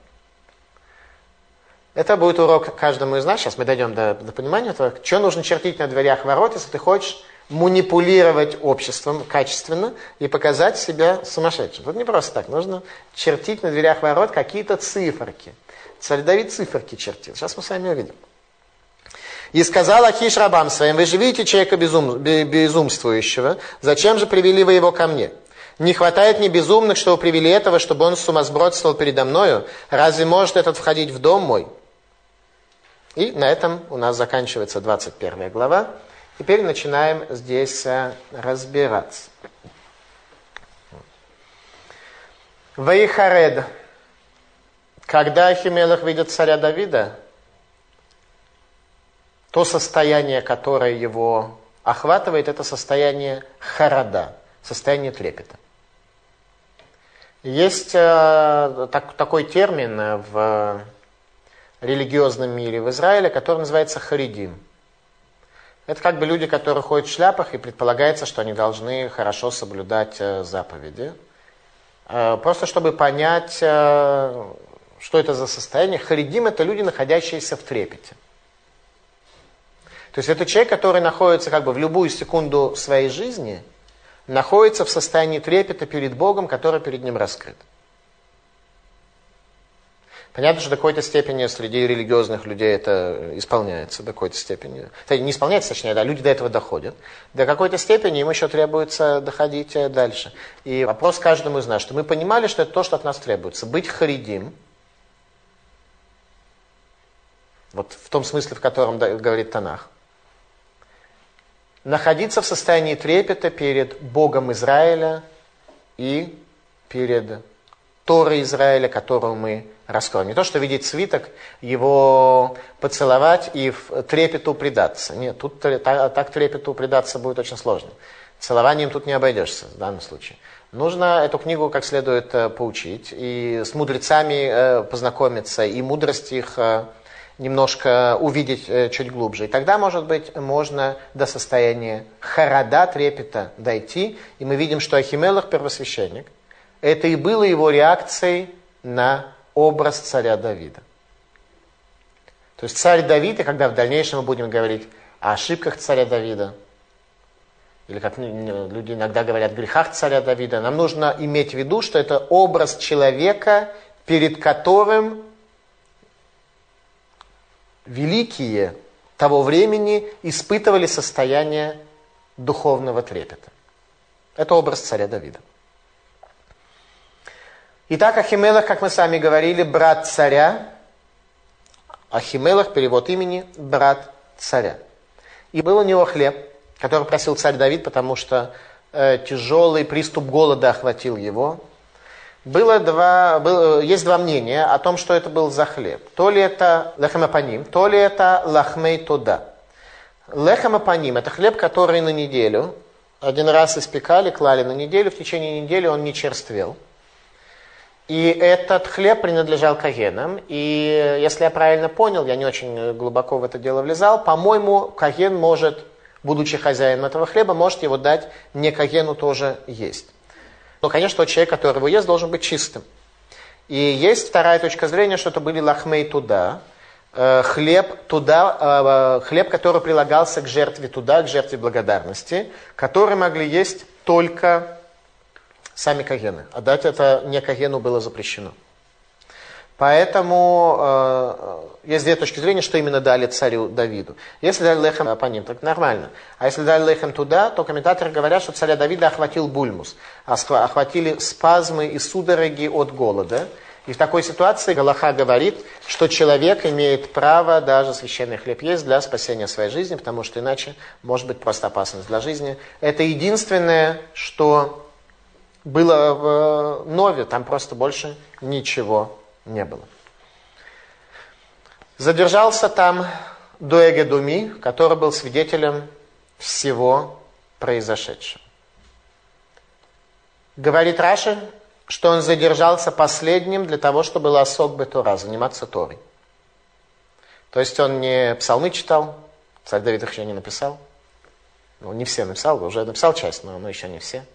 Это будет урок каждому из нас. Сейчас мы дойдем до понимания этого. Что нужно чертить на дверях ворот, если ты хочешь манипулировать обществом качественно и показать себя сумасшедшим. Тут не просто так. Нужно чертить на дверях ворот какие-то циферки. Царь Давид циферки чертил. Сейчас мы с вами увидим. И сказал Ахиш рабам своим: вы же видите человека безумствующего, зачем же привели вы его ко мне? Не хватает мне безумных, что вы привели этого, чтобы он сумасбродствовал передо мною. Разве может этот входить в дом мой? И на этом у нас заканчивается 21 глава. Теперь начинаем здесь разбираться. Ваихаред. Когда Ахимелах видит царя Давида, то состояние, которое его охватывает, это состояние харада, состояние трепета. Есть такой термин в религиозном мире в Израиле, который называется харидим. Это как бы люди, которые ходят в шляпах, и предполагается, что они должны хорошо соблюдать заповеди. Просто чтобы понять, что это за состояние. Харидим – это люди, находящиеся в трепете. То есть это человек, который находится как бы в любую секунду своей жизни, находится в состоянии трепета перед Богом, который перед ним раскрыт. Понятно, что до какой-то степени среди религиозных людей это исполняется, до какой-то степени. Не исполняется, точнее, да, люди до этого доходят. До какой-то степени им еще требуется доходить дальше. И вопрос каждому из нас, что мы понимали, что это то, что от нас требуется. Быть харидим, вот в том смысле, в котором говорит Танах. Находиться в состоянии трепета перед Богом Израиля и перед Торой Израиля, которую мы раскроем. Не то, что видеть свиток, его поцеловать и в трепету предаться. Нет, тут так трепету предаться будет очень сложно. Целованием тут не обойдешься в данном случае. Нужно эту книгу как следует поучить, и с мудрецами познакомиться, и мудрость их немножко увидеть чуть глубже. И тогда, может быть, можно до состояния харада, трепета дойти. И мы видим, что Ахимелах, первосвященник, это и было его реакцией на образ царя Давида. То есть царь Давид, и когда в дальнейшем мы будем говорить о ошибках царя Давида, или как люди иногда говорят, грехах царя Давида, нам нужно иметь в виду, что это образ человека, перед которым великие того времени испытывали состояние духовного трепета. Это образ царя Давида. Итак, Ахимелах, как мы сами говорили, брат царя. Ахимелах, перевод имени, брат царя. И был у него хлеб, который просил царь Давид, потому что тяжелый приступ голода охватил его. Есть два мнения о том, что это был за хлеб. То ли это лехем апаним, то ли это лахмей тода. Лехем апаним – это хлеб, который на неделю, один раз испекали, клали на неделю, в течение недели он не черствел. И этот хлеб принадлежал кагенам. И если я правильно понял, я не очень глубоко в это дело влезал, по-моему, каген может, будучи хозяином этого хлеба, может его дать не кагену тоже есть. Но, конечно, тот человек, который его ест, должен быть чистым. И есть вторая точка зрения, что это были лахмей туда, хлеб, который прилагался к жертве туда, к жертве благодарности, который могли есть только сами кагены. А дать это не кагену было запрещено. Поэтому есть две точки зрения, что именно дали царю Давиду. Если дали лехем по ним, так нормально. А если дали лехем туда, то комментаторы говорят, что царя Давида охватил бульмус. Охватили спазмы и судороги от голода. И в такой ситуации Галаха говорит, что человек имеет право даже священный хлеб есть для спасения своей жизни, потому что иначе может быть просто опасность для жизни. Это единственное, что было в Нове, там просто больше ничего не было. Задержался там Доег Эдоми, который был свидетелем всего произошедшего. Говорит Раши, что он задержался последним для того, чтобы ласок бе-Тора, заниматься Торой. То есть он не псалмы читал, царь Давид их еще не написал. Ну, не все написал, уже написал часть, но еще не все.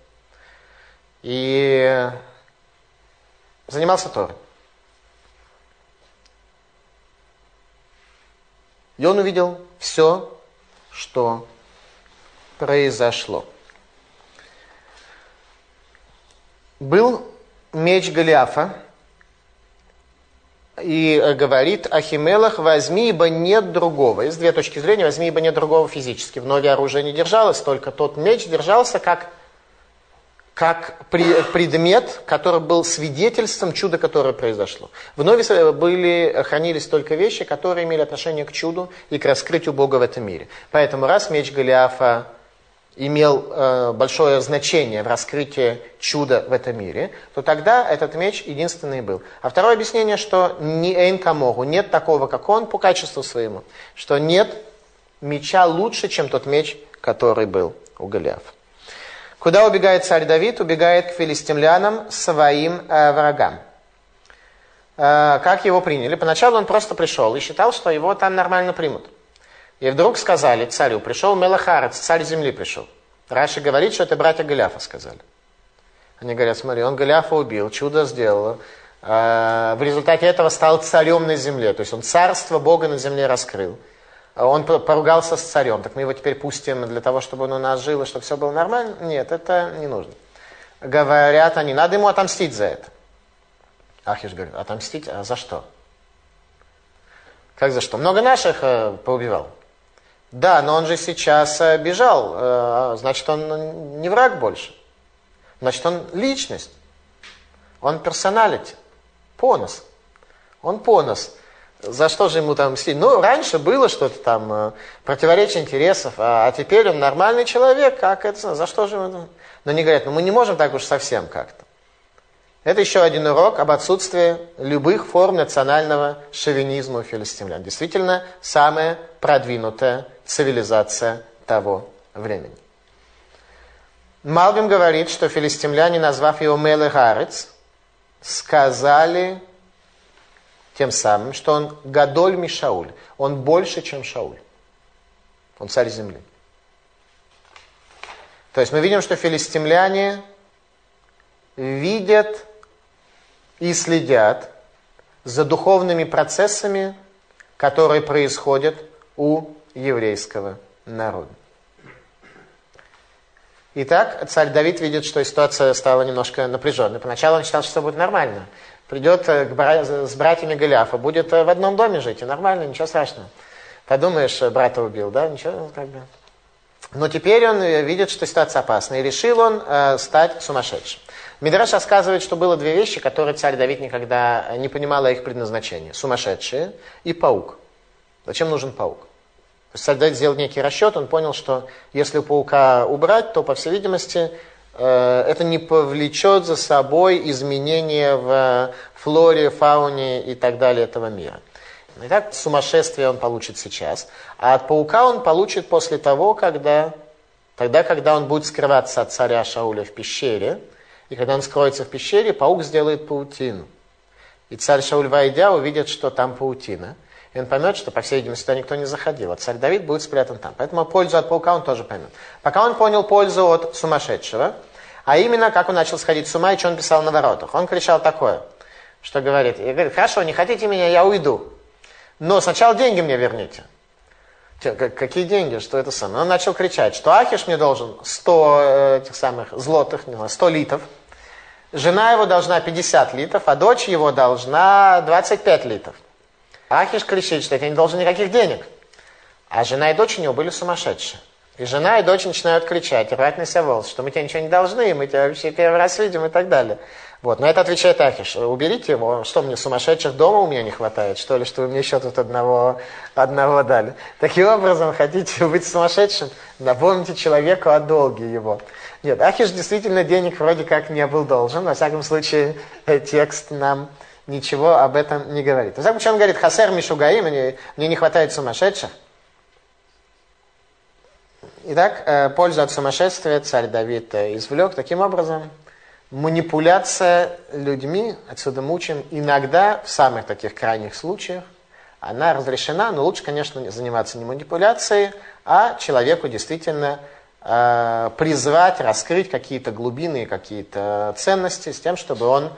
И занимался Торой. И он увидел все, что произошло. Был меч Голиафа, и говорит Ахимелах: возьми, ибо нет другого. Есть две точки зрения: возьми, ибо нет другого физически. В Нове оружие не держалось, только тот меч держался как предмет, который был свидетельством чуда, которое произошло. В Нове хранились только вещи, которые имели отношение к чуду и к раскрытию Бога в этом мире. Поэтому раз меч Голиафа имел большое значение в раскрытии чуда в этом мире, то тогда этот меч единственный был. А второе объяснение, что не эйн камогу, нет такого, как он, по качеству своему, что нет меча лучше, чем тот меч, который был у Голиафа. Куда убегает царь Давид? Убегает к филистимлянам, своим врагам. Как его приняли? Поначалу он просто пришел и считал, что его там нормально примут. И вдруг сказали царю: пришел Мелахарец, царь земли пришел. Раши говорит, что это братья Голиафа сказали. Они говорят: смотри, он Голиафа убил, чудо сделал. В результате этого стал царем на земле. То есть он царство Бога на земле раскрыл. Он поругался с царем. Так мы его теперь пустим для того, чтобы он у нас жил, и чтобы все было нормально? Нет, это не нужно. Говорят они: надо ему отомстить за это. Ахиш говорит: отомстить? А за что? Как за что? Много наших поубивал. Да, но он же сейчас бежал, значит, он не враг больше. Значит, он личность. Он персоналити. Понос. Он понос. За что же ему там мстить? Ну, раньше было что-то там, противоречие интересов, а теперь он нормальный человек. Как это? За что же ему? Но не говорят: ну мы не можем так уж совсем как-то. Это еще один урок об отсутствии любых форм национального шовинизма у филистимлян. Действительно, самая продвинутая цивилизация того времени. Малбим говорит, что филистимляне, назвав его Мелех Арец, сказали тем самым, что он Гадоль ми Шауль, он больше, чем Шауль. Он царь земли. То есть мы видим, что филистимляне видят и следят за духовными процессами, которые происходят у еврейского народа. Итак, царь Давид видит, что ситуация стала немножко напряженной. Поначалу он считал, что все будет нормально. Придет с братьями Голиафа, будет в одном доме жить, и нормально, ничего страшного. Подумаешь, брата убил, да, ничего как бы. Но теперь он видит, что ситуация опасна, и решил он стать сумасшедшим. Мидраш рассказывает, что было две вещи, которые царь Давид никогда не понимал их предназначения. Сумасшедшие и паук. Зачем нужен паук? То есть царь Давид сделал некий расчет, он понял, что если паука убрать, то, по всей видимости, это не повлечет за собой изменения в флоре, фауне и так далее этого мира. Итак, сумасшествие он получит сейчас, а от паука он получит после того, когда он будет скрываться от царя Шауля в пещере, и когда он скроется в пещере, паук сделает паутину. И царь Шауль, войдя, увидит, что там паутина. И он поймет, что, по всей видимости, туда никто не заходил. А царь Давид будет спрятан там. Поэтому пользу от паука он тоже поймет. Пока он понял пользу от сумасшедшего, а именно, как он начал сходить с ума и что он писал на воротах. Он кричал такое, что говорит: хорошо, не хотите меня, я уйду. Но сначала деньги мне верните. Какие деньги? Что это самое? Он начал кричать, что Ахиш мне должен 100 этих самых злотых, 100 литов. Жена его должна 50 литов, а дочь его должна 25 литов. Ахиш кричит, что я не должен никаких денег. А жена и дочь у него были сумасшедшие. И жена и дочь начинают кричать, рвать на себя волосы, что мы тебе ничего не должны, мы тебя вообще первый раз видим и так далее. Вот. На это отвечает Ахиш: уберите его, что мне сумасшедших дома у меня не хватает, что ли, что вы мне еще тут одного дали. Таким образом, хотите быть сумасшедшим, напомните человеку о долге его. Нет, Ахиш действительно денег вроде как не был должен. Во всяком случае, текст нам ничего об этом не говорит. Во всяком случае, он говорит, хасер мишугаим, мне не хватает сумасшедших. Итак, пользу от сумасшествия царь Давид извлек. Таким образом, манипуляция людьми, отсюда мы учим, иногда, в самых таких крайних случаях, она разрешена, но лучше, конечно, заниматься не манипуляцией, а человеку действительно призвать, раскрыть какие-то глубины, какие-то ценности, с тем, чтобы он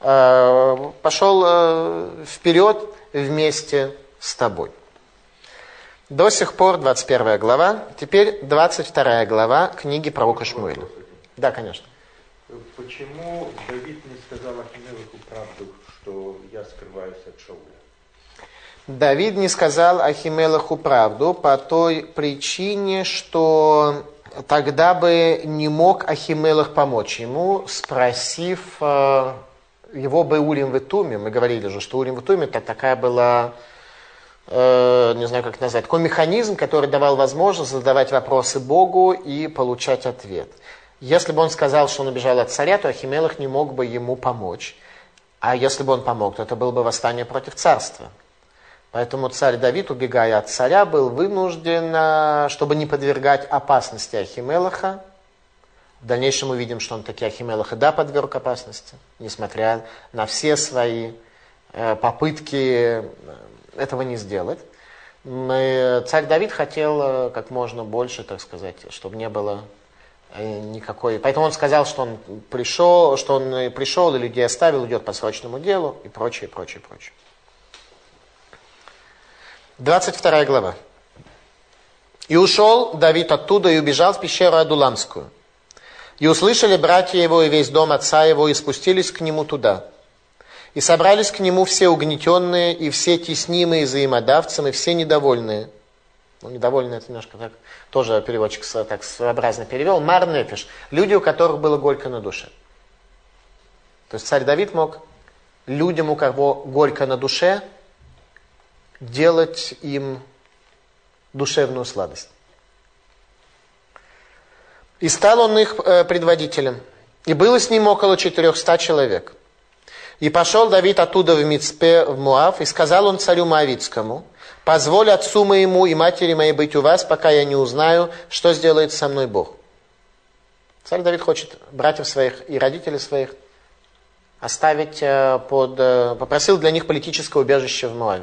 пошел вперед вместе с тобой. До сих пор 21 глава, теперь 22 глава книги пророка Шмуэля. Да, конечно. Почему Давид не сказал Ахимелеху правду, что я скрываюсь от Шауля? Давид не сказал Ахимелеху правду по той причине, что тогда бы не мог Ахимелех помочь ему, спросив его бы Урим в Туме. Мы говорили же, что Урим в Туме это такая была, не знаю как назвать, такой механизм, который давал возможность задавать вопросы Богу и получать ответ. Если бы он сказал, что он убежал от царя, то Ахимелех не мог бы ему помочь. А если бы он помог, то это было бы восстание против царства. Поэтому царь Давид, убегая от царя, был вынужден, чтобы не подвергать опасности Ахимелеха. В дальнейшем мы видим, что он таки Ахимелеха да подверг опасности, несмотря на все свои попытки этого не сделать. Царь Давид хотел как можно больше, так сказать, чтобы не было никакой... Поэтому он сказал, что он пришел и людей оставил, идет по срочному делу и прочее, прочее, прочее. 22 глава. «И ушел Давид оттуда и убежал в пещеру Адуламскую. И услышали братья его и весь дом отца его, и спустились к нему туда. И собрались к нему все угнетенные, и все теснимые взаимодавцем, и все недовольные». Ну, недовольные, это немножко так, тоже переводчик так своеобразно перевел. Мар нефиш. Люди, у которых было горько на душе. То есть царь Давид мог людям, у кого горько на душе, делать им душевную сладость. И стал он их предводителем. И было с ним около 400 человек. И пошел Давид оттуда в Мицпе, в Муав, и сказал он царю Моавитскому: «Позволь отцу моему и матери моей быть у вас, пока я не узнаю, что сделает со мной Бог». Царь Давид хочет братьев своих и родителей своих оставить попросил для них политическое убежище в Муаве.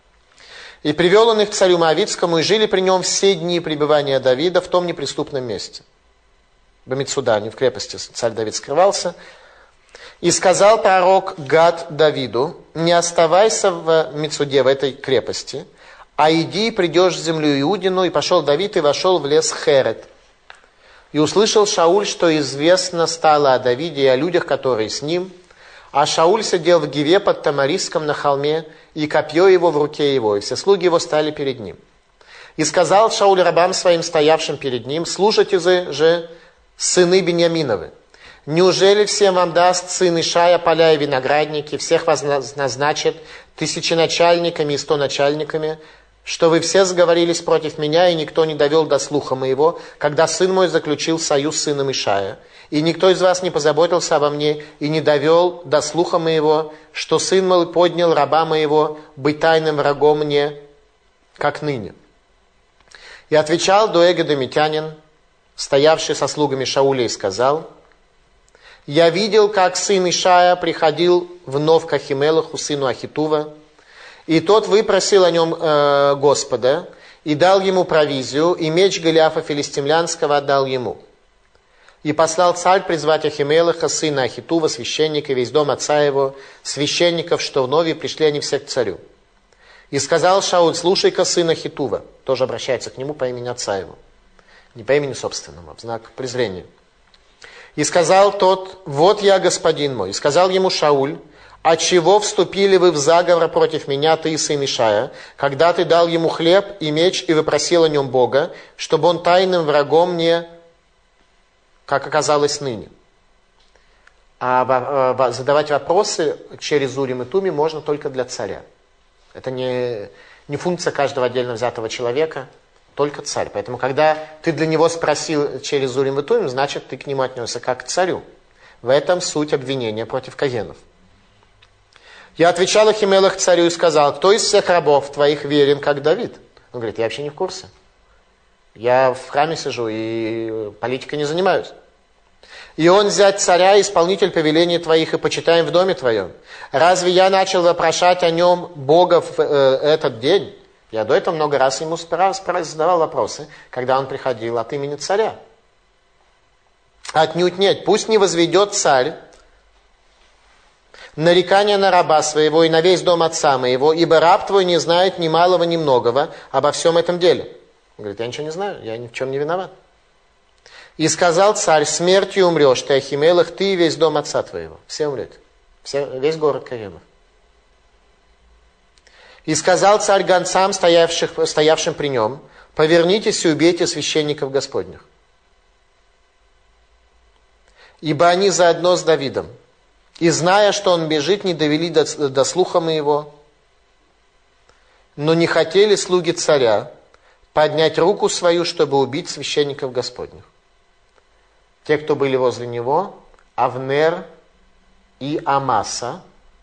И привел он их к царю Моавитскому, и жили при нем все дни пребывания Давида в том неприступном месте. В Мицудане, в крепости царь Давид скрывался. И сказал пророк Гад Давиду: «Не оставайся в Мицуде, в этой крепости, а иди и придешь в землю Иудину». И пошел Давид и вошел в лес Херет. И услышал Шауль, что известно стало о Давиде и о людях, которые с ним. А Шауль сидел в Гиве под Тамариском на холме, и копье его в руке его, и все слуги его стали перед ним. И сказал Шауль рабам своим, стоявшим перед ним: «Слушайте же, сыны Беньяминовы, неужели всем вам даст сын Ишая поля и виноградники, всех вас назначит тысяченачальниками и 100 начальниками, что вы все сговорились против меня, и никто не довел до слуха моего, когда сын мой заключил союз с сыном Ишая? И никто из вас не позаботился обо мне и не довел до слуха моего, что сын мой поднял раба моего быть тайным врагом мне, как ныне». И отвечал Доэг эдомитянин, стоявший со слугами Шауля, и сказал: «Я видел, как сын Ишая приходил вновь к Ахимелеху, сыну Ахитува, и тот выпросил о нем Господа, и дал ему провизию, и меч Голиафа филистимлянского отдал ему. И послал царь призвать Ахимелеха, сына Ахитува, священника, и весь дом отца его, священников, что вновь, и пришли они все к царю. И сказал Шауль: слушай-ка, сын Ахитува», тоже обращается к нему по имени отца его, не по имени собственному, а в знак презрения. И сказал тот: «Вот я, господин мой». И сказал ему Шауль: «Отчего вступили вы в заговор против меня, ты и сын Ишая, когда ты дал ему хлеб и меч и выпросил о нем Бога, чтобы он тайным врагом мне, как оказалось ныне?» А задавать вопросы через Урим и Туми можно только для царя. Это не функция каждого отдельно взятого человека. только царь. Поэтому, когда ты для него спросил через Урим и Тумим, значит, ты к нему отнесся как к царю. В этом суть обвинения против каенов. Я отвечал Ахимелах царю и сказал: кто из всех рабов твоих верен, как Давид? Он говорит: я вообще не в курсе. Я в храме сижу и политикой не занимаюсь. И он зять царя, исполнитель повелений твоих, и почитаем в доме твоем. Разве я начал вопрошать о нем Бога в этот день? Я до этого много раз ему задавал вопросы, когда он приходил от имени царя. Отнюдь нет. Пусть не возведет царь нарекание на раба своего и на весь дом отца моего, ибо раб твой не знает ни малого, ни многого обо всем этом деле. Он говорит: я ничего не знаю, я ни в чем не виноват. И сказал царь: смертью умрешь ты, Ахимелах, ты и весь дом отца твоего. Все умрете. Весь город Каенов. И сказал царь гонцам, стоявшим при нем: повернитесь и убейте священников Господних. Ибо они заодно с Давидом. И, зная, что он бежит, не довели до слуха моего. Но не хотели слуги царя поднять руку свою, чтобы убить священников Господних. Те, кто были возле него, Авнер и Амаса,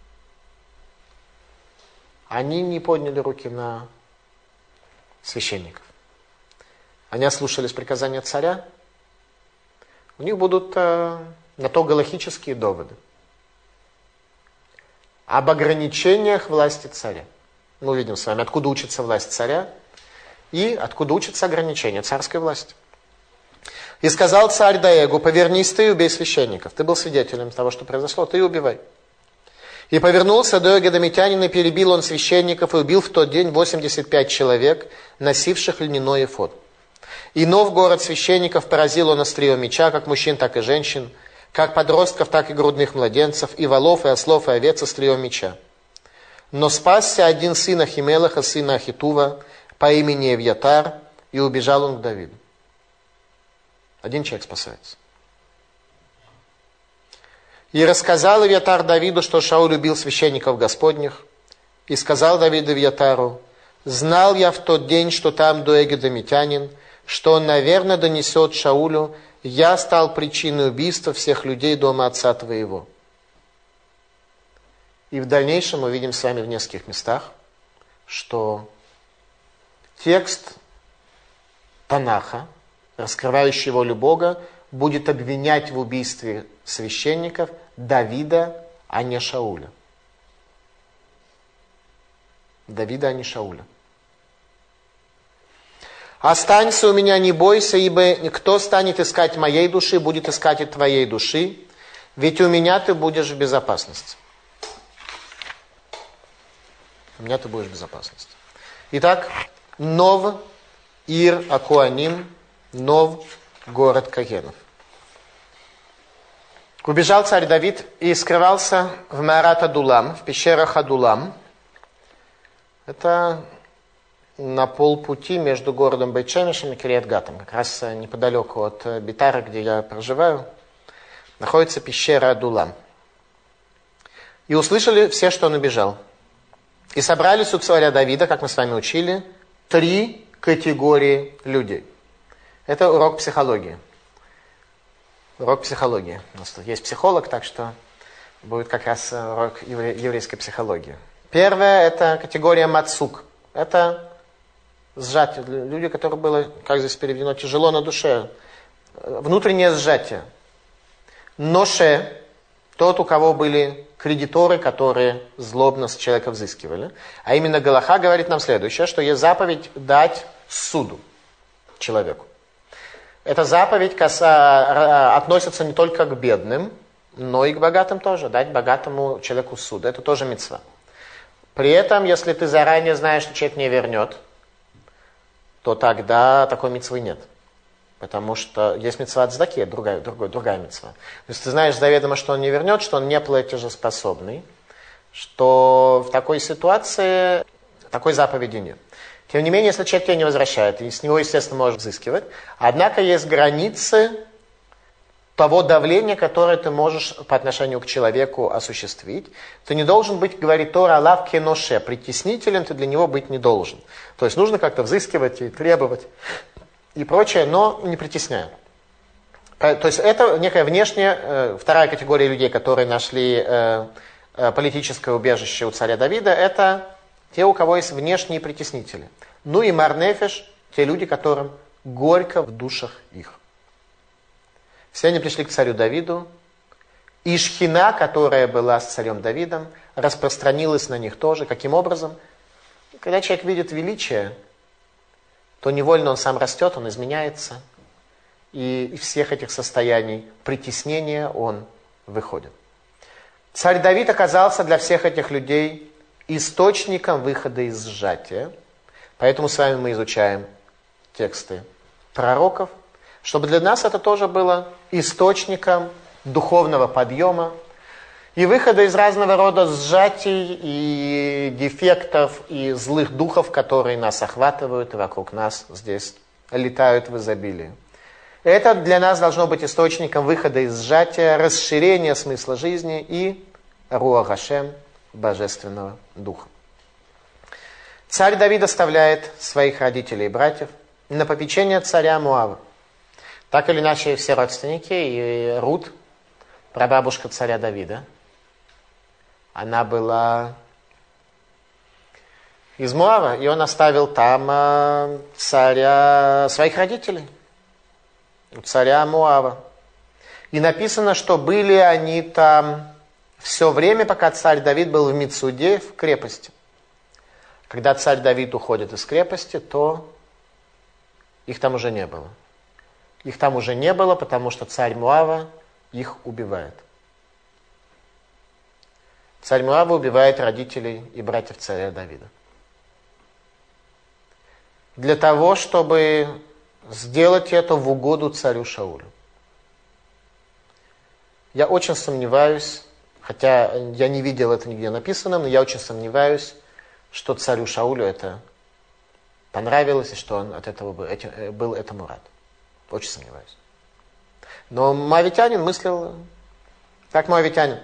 они не подняли руки на священников. Они ослушались приказания царя. У них будут на то галахические доводы об ограничениях власти царя. Мы увидим с вами, откуда учится власть царя и откуда учатся ограничения царской власти. И сказал царь Доегу: повернись ты и убей священников. Ты был свидетелем того, что произошло, ты и убивай. И повернулся Доег эдомитянин, и перебил он священников, и убил в тот день 85 человек, носивших льняной эфод. И нов город священников поразил он острием меча, как мужчин, так и женщин, как подростков, так и грудных младенцев, и волов, и ослов, и овец острием меча. Но спасся один сын Ахимелаха, сына Ахитува, по имени Эвьятар, и убежал он к Давиду. Один человек спасается. И рассказал Эвьятар Давиду, что Шауль убил священников Господних. И сказал Давид Эвьятару: знал я в тот день, что там Доег эдомитянин, что он, наверное, донесет Шаулю: я стал причиной убийства всех людей дома отца твоего. И в дальнейшем мы видим с вами в нескольких местах, что текст Танаха, раскрывающий волю Бога, будет обвинять в убийстве священников Давида, а не Шауля. Давида, а не Шауля. «Останься у меня, не бойся, ибо кто станет искать моей души, будет искать и твоей души, ведь у меня ты будешь в безопасности». У меня ты будешь в безопасности. Итак, Нов Ир Акуаним, Нов город Каенов. Убежал царь Давид и скрывался в Маарат Адулам, в пещерах Адулам. Это на полпути между городом Бейт-Шемешем и Кириат-Гатом. Как раз неподалеку от Битара, где я проживаю, находится пещера Адулам. И услышали все, что он убежал. И собрались у царя Давида, как мы с вами учили, 3 категории людей. Это урок психологии. Урок психологии. У нас тут есть психолог, так что будет как раз урок еврейской психологии. Первая – это категория мацук. Это сжатие. Люди, которые было, как здесь переведено, тяжело на душе. Внутреннее сжатие. Ноше – тот, у кого были кредиторы, которые злобно с человека взыскивали. А именно Галаха говорит нам следующее, что есть заповедь дать суду человеку. Эта заповедь относится не только к бедным, но и к богатым тоже. Дать богатому человеку суд. Это тоже мицва. При этом, если ты заранее знаешь, что человек не вернет, то тогда такой мицвы нет. Потому что есть мицва от цдаки, другая мицва. То есть ты знаешь заведомо, что он не вернет, что он не платежеспособный, что в такой ситуации такой заповеди нет. Тем не менее, если человек тебя не возвращает, и с него, естественно, может взыскивать, однако есть границы того давления, которое ты можешь по отношению к человеку осуществить. Ты не должен быть, говорит Тора, алав кеноше, притеснителем ты для него быть не должен. То есть нужно как-то взыскивать и требовать и прочее, но не притесняя. То есть это некая внешняя, вторая категория людей, которые нашли политическое убежище у царя Давида, это те, у кого есть внешние притеснители. Ну и марнефеш, те люди, которым горько в душах их. Все они пришли к царю Давиду, и шхина, которая была с царем Давидом, распространилась на них тоже. Каким образом? Когда человек видит величие, то невольно он сам растет, он изменяется, и из всех этих состояний притеснения он выходит. Царь Давид оказался для всех этих людей источником выхода из сжатия. Поэтому с вами мы изучаем тексты пророков, чтобы для нас это тоже было источником духовного подъема и выхода из разного рода сжатий и дефектов и злых духов, которые нас охватывают и вокруг нас здесь летают в изобилии. Это для нас должно быть источником выхода из сжатия, расширения смысла жизни и руах Ашем, Божественного Духа. Царь Давид оставляет своих родителей и братьев на попечение царя Моава. Так или иначе, все родственники, и Рут, прабабушка царя Давида, она была из Моава, и он оставил там царя своих родителей, царя Моава. И написано, что были они там все время, пока царь Давид был в Мицуде, в крепости. Когда царь Давид уходит из крепости, то их там уже не было. Их там уже не было, потому что царь Моава их убивает. Царь Моава убивает родителей и братьев царя Давида. Для того, чтобы сделать это в угоду царю Шаулю. Я очень сомневаюсь, хотя я не видел это нигде написано, но я очень сомневаюсь, что царю Шаулю это понравилось, и что он от этого был этому рад. Очень сомневаюсь. Но моавитянин мыслил, как моавитянин.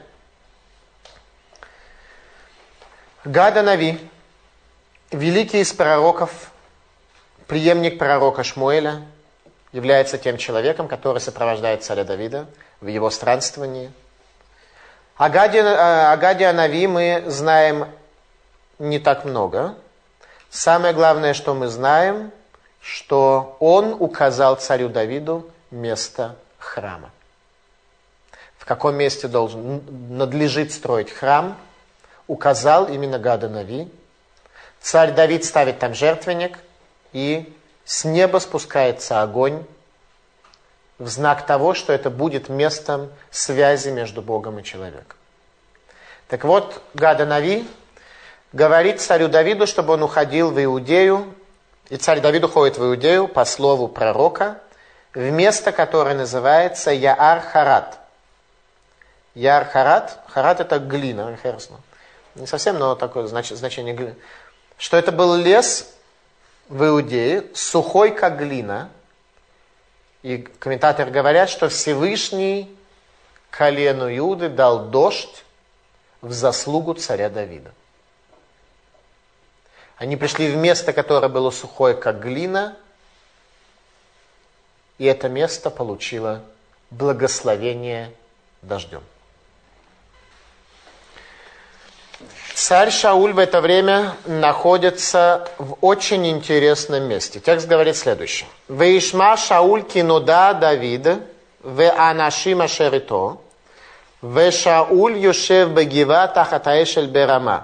Гад ха-Нави, великий из пророков, преемник пророка Шмуэля, является тем человеком, который сопровождает царя Давида в его странствовании. О Гаде ха-Нави мы знаем не так много. Самое главное, что мы знаем, что он указал царю Давиду место храма. В каком месте надлежит строить храм, указал именно Гад ха-Нави. Царь Давид ставит там жертвенник, и с неба спускается огонь в знак того, что это будет местом связи между Богом и человеком. Так вот, Гад ха-Нави говорит царю Давиду, чтобы он уходил в Иудею, и царь Давид уходит в Иудею по слову пророка, в место, которое называется Яар-Харат. Яар-Харат, Харат это глина, не совсем, но такое значение глины. Что это был лес в Иудее, сухой как глина, и комментаторы говорят, что Всевышний колену Иуды дал дождь в заслугу царя Давида. Они пришли в место, которое было сухое, как глина, и это место получило благословение дождем. Царь Шауль в это время находится в очень интересном месте. Текст говорит следующее. «Веишма Шауль кинуда Давид, ве анашим ашер ито, ве Шауль йошев бегива тахат аэшель берама».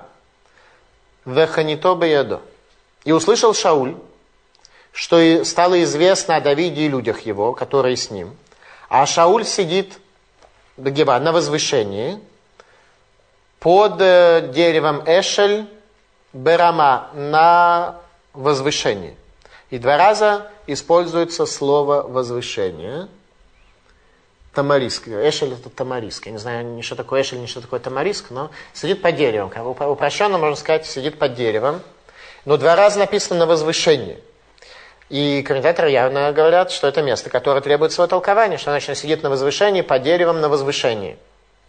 И услышал Шауль, что стало известно о Давиде и людях его, которые с ним. А Шауль сидит на возвышении под деревом Эшель Берама на возвышении. И 2 раза используется слово возвышение. Тамариск. Эшель это тамариск. Я не знаю ни что такое эшель, ни что такое тамариск, но сидит под деревом. Упрощенно можно сказать, сидит под деревом. Но 2 раза написано на возвышении. И комментаторы явно говорят, что это место, которое требует своего толкования, что значит сидит на возвышении, под деревом на возвышении.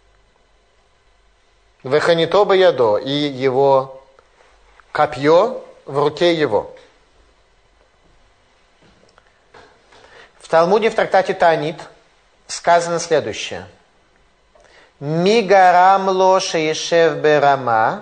Веханитоба ядо, и его копье в руке его. В Талмуде в трактате Таанит сказано следующее. Мигарам ло шеешев берама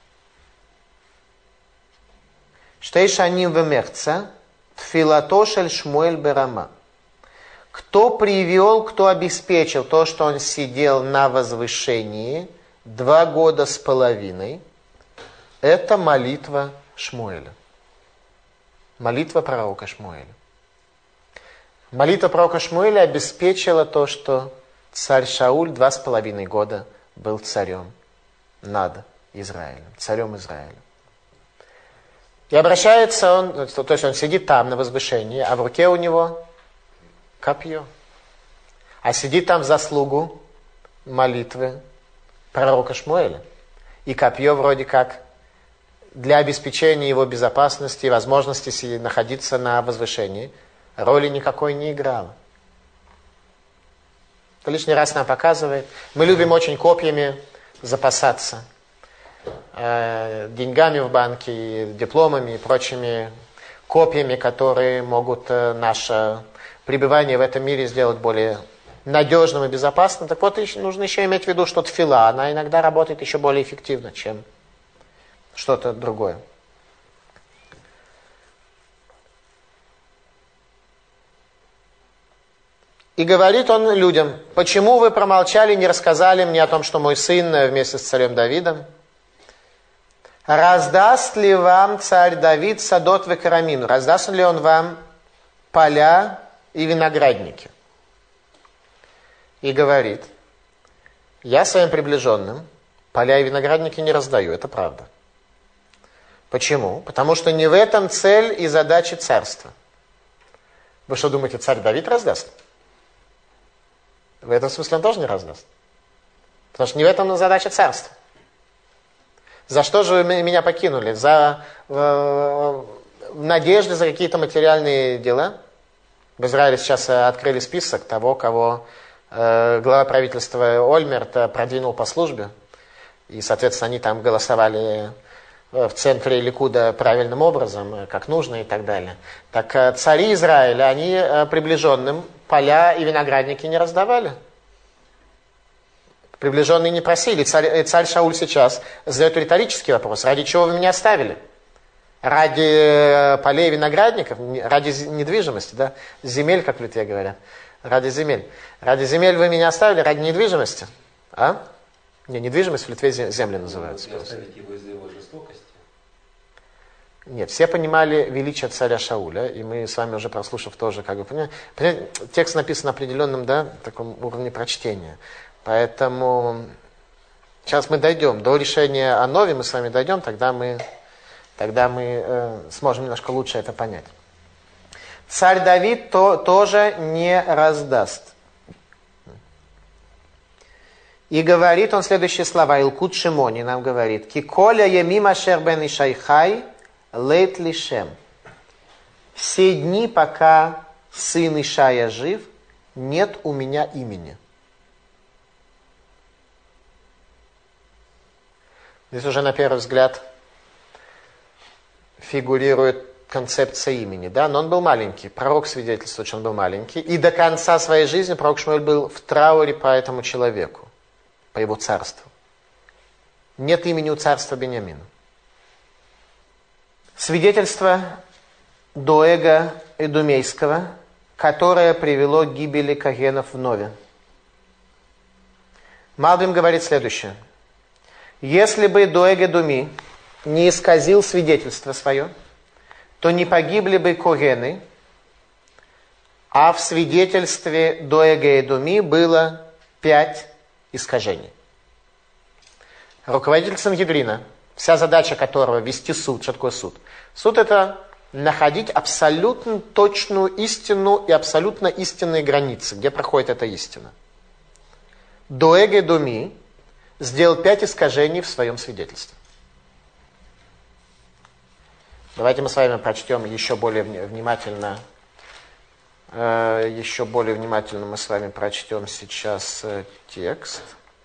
штейшаним вемехца тфилато шель Шмуэль берама. Кто привел, кто обеспечил то, что он сидел на возвышении 2 года с половиной, это молитва Шмуэля. Молитва пророка Шмуэля. Молитва пророка Шмуэля обеспечила то, что царь Шауль 2,5 года был царем над Израилем, царем Израиля. И обращается он, то есть он сидит там на возвышении, а в руке у него копье. А сидит там в заслугу молитвы пророка Шмуэля. И копье вроде как для обеспечения его безопасности и возможности находиться на возвышении роли никакой не играло. Это лишний раз нам показывает. Мы любим очень копьями запасаться. Деньгами в банке, дипломами и прочими копьями, которые могут наше пребывание в этом мире сделать более надежным и безопасным. Так вот, нужно еще иметь в виду, что тфила, она иногда работает еще более эффективно, чем что-то другое. И говорит он людям: почему вы промолчали, не рассказали мне о том, что мой сын вместе с царем Давидом? Раздаст ли вам царь Давид садот векарамину? Раздаст ли он вам поля и виноградники? И говорит: я своим приближенным поля и виноградники не раздаю, это правда. Почему? Потому что не в этом цель и задача царства. Вы что думаете, царь Давид раздаст? В этом смысле он тоже не раздаст. Потому что не в этом задача царства. За что же вы меня покинули? В надежде за какие-то материальные дела? В Израиле сейчас открыли список того, кого глава правительства Ольмерт продвинул по службе. И, соответственно, они там голосовали в центре Ликуда правильным образом, как нужно и так далее. Так цари Израиля, они приближенным поля и виноградники не раздавали. Приближенные не просили. Царь Шауль сейчас задает риторический вопрос. Ради чего вы меня оставили? Ради полей и виноградников? Ради недвижимости, да? Земель, как в Литве говорят. Ради земель. Ради земель вы меня оставили? Ради недвижимости? А? Не, недвижимость в Литве земли называется. Не оставить его из-за его жестокости? Нет, все понимали величие царя Шауля, и мы с вами уже прослушав тоже, как бы понимаете, текст написан на определенном, да, таком уровне прочтения. Поэтому сейчас мы дойдем до решения о Нове, мы с вами дойдем, тогда мы сможем немножко лучше это понять. Царь Давид тоже не раздаст. И говорит он следующие слова. Илкут Шимони нам говорит: «Киколя ямим ашер бен Ишайхай лейт лишем». Все дни, пока сын Ишая жив, нет у меня имени. Здесь уже на первый взгляд фигурирует концепция имени, да, но он был маленький. Пророк свидетельствует, что он был маленький. И до конца своей жизни пророк Шмуэль был в трауре по этому человеку, по его царству. Нет имени у царства Беньямина. Свидетельство Доэга Эдумейского, которое привело к гибели кагенов в Нове. Малбим говорит следующее. Если бы Доэг Эдуми не исказил свидетельство свое, то не погибли бы когены, а в свидетельстве Доэга Эдуми было 5 искажений. Руководитель Сангедрина, вся задача которого вести суд. Что такое суд? Суд — это находить абсолютно точную истину и абсолютно истинные границы, где проходит эта истина. Доэг Эдуми сделал 5 искажений в своем свидетельстве. Давайте мы с вами прочтем еще более внимательно. Еще более внимательно мы с вами прочтем сейчас текст.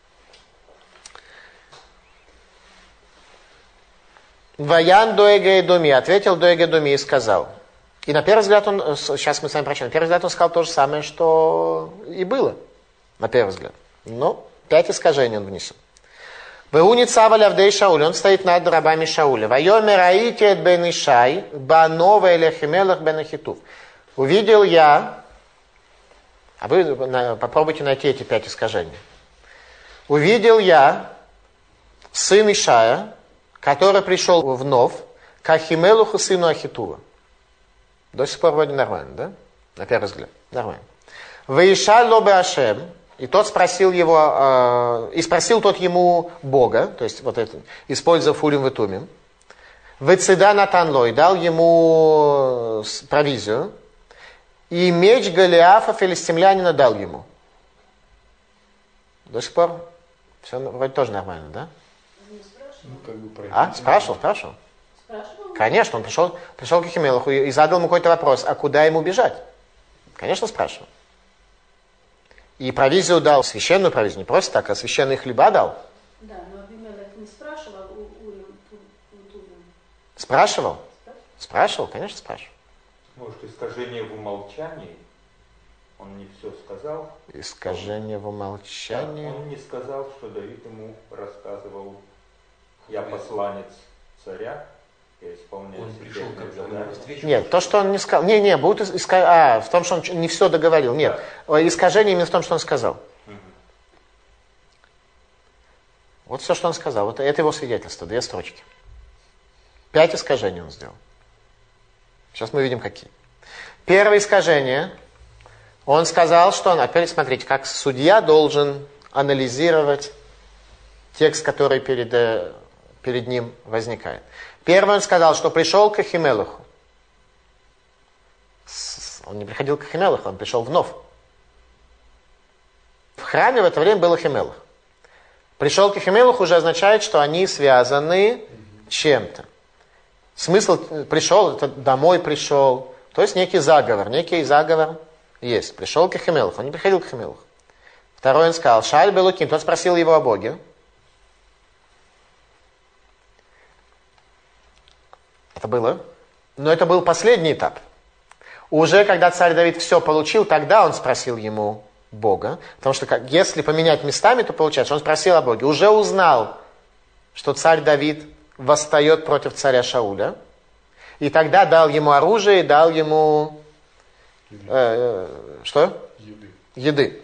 Ваян Доэгэ Эдоми, ответил Доэгэ Эдоми и сказал. И на первый взгляд он, сейчас мы с вами прочтем, на первый взгляд он сказал то же самое, что и было, на первый взгляд. Но 5 искажений он внесет. Веуни цава лавдей Шауль, он стоит над рабами Шауля. Вайоме раите эт бен Ишай, банова элехимелах бен Ахитув. Увидел я, а вы попробуйте найти эти 5 искажений. Увидел я сын Ишая, который пришел вновь, к Ахимелуху, сыну Ахитува. До сих пор вроде нормально, да? На первый взгляд, нормально. Ваишаль лобе Ашем, и тот спросил его, и спросил тот ему Бога, то есть вот это, использовав Урим и Тумим. Вецеда Натан Лой, дал ему провизию, и меч Голиафа, филистимлянина, дал ему. До сих пор все вроде тоже нормально, да? Спрашивал? Спрашивал? Конечно, он пришел к Ахимелаху и задал ему какой-то вопрос, а куда ему бежать? Конечно, спрашивал. И провизию дал, священную провизию, не просто так, а священные хлеба дал. Да, но Абимелех не спрашивал у Урим. Спрашивал? Спрашивал, конечно, спрашивал. Может, искажение в умолчании? Он не все сказал? Искажение в умолчании. Да, он не сказал, что Давид ему рассказывал: я посланец царя, я исполняю секретное задание. Нет, то, что он не сказал. Не, будет искать. В том, что он не все договорил. Нет. Да. Искажение именно в том, что он сказал. Угу. Вот все, что он сказал. Вот это его свидетельство, 2 строчки. 5 искажений он сделал. Сейчас мы видим, какие. Первое искажение. Он сказал, что он, опять смотрите, как судья должен анализировать текст, который перед ним возникает. Первый он сказал, что пришел к Ахимелаху. Он не приходил к Ахимелаху, он пришел вновь. В храме в это время был Ахимелах. Пришел к Ахимелаху уже означает, что они связаны чем-то. Смысл пришел, это домой пришел. То есть некий заговор есть. Пришел к Ахимелаху, он не приходил к Ахимелаху. Второй он сказал, Шааль Белуким, тот спросил его о Боге. Это было. Но это был последний этап. Уже когда царь Давид все получил, тогда он спросил ему Бога. Потому что если поменять местами, то получается, он спросил о Боге. Уже узнал, что царь Давид восстает против царя Шауля. И тогда дал ему оружие и дал ему... что? Еды.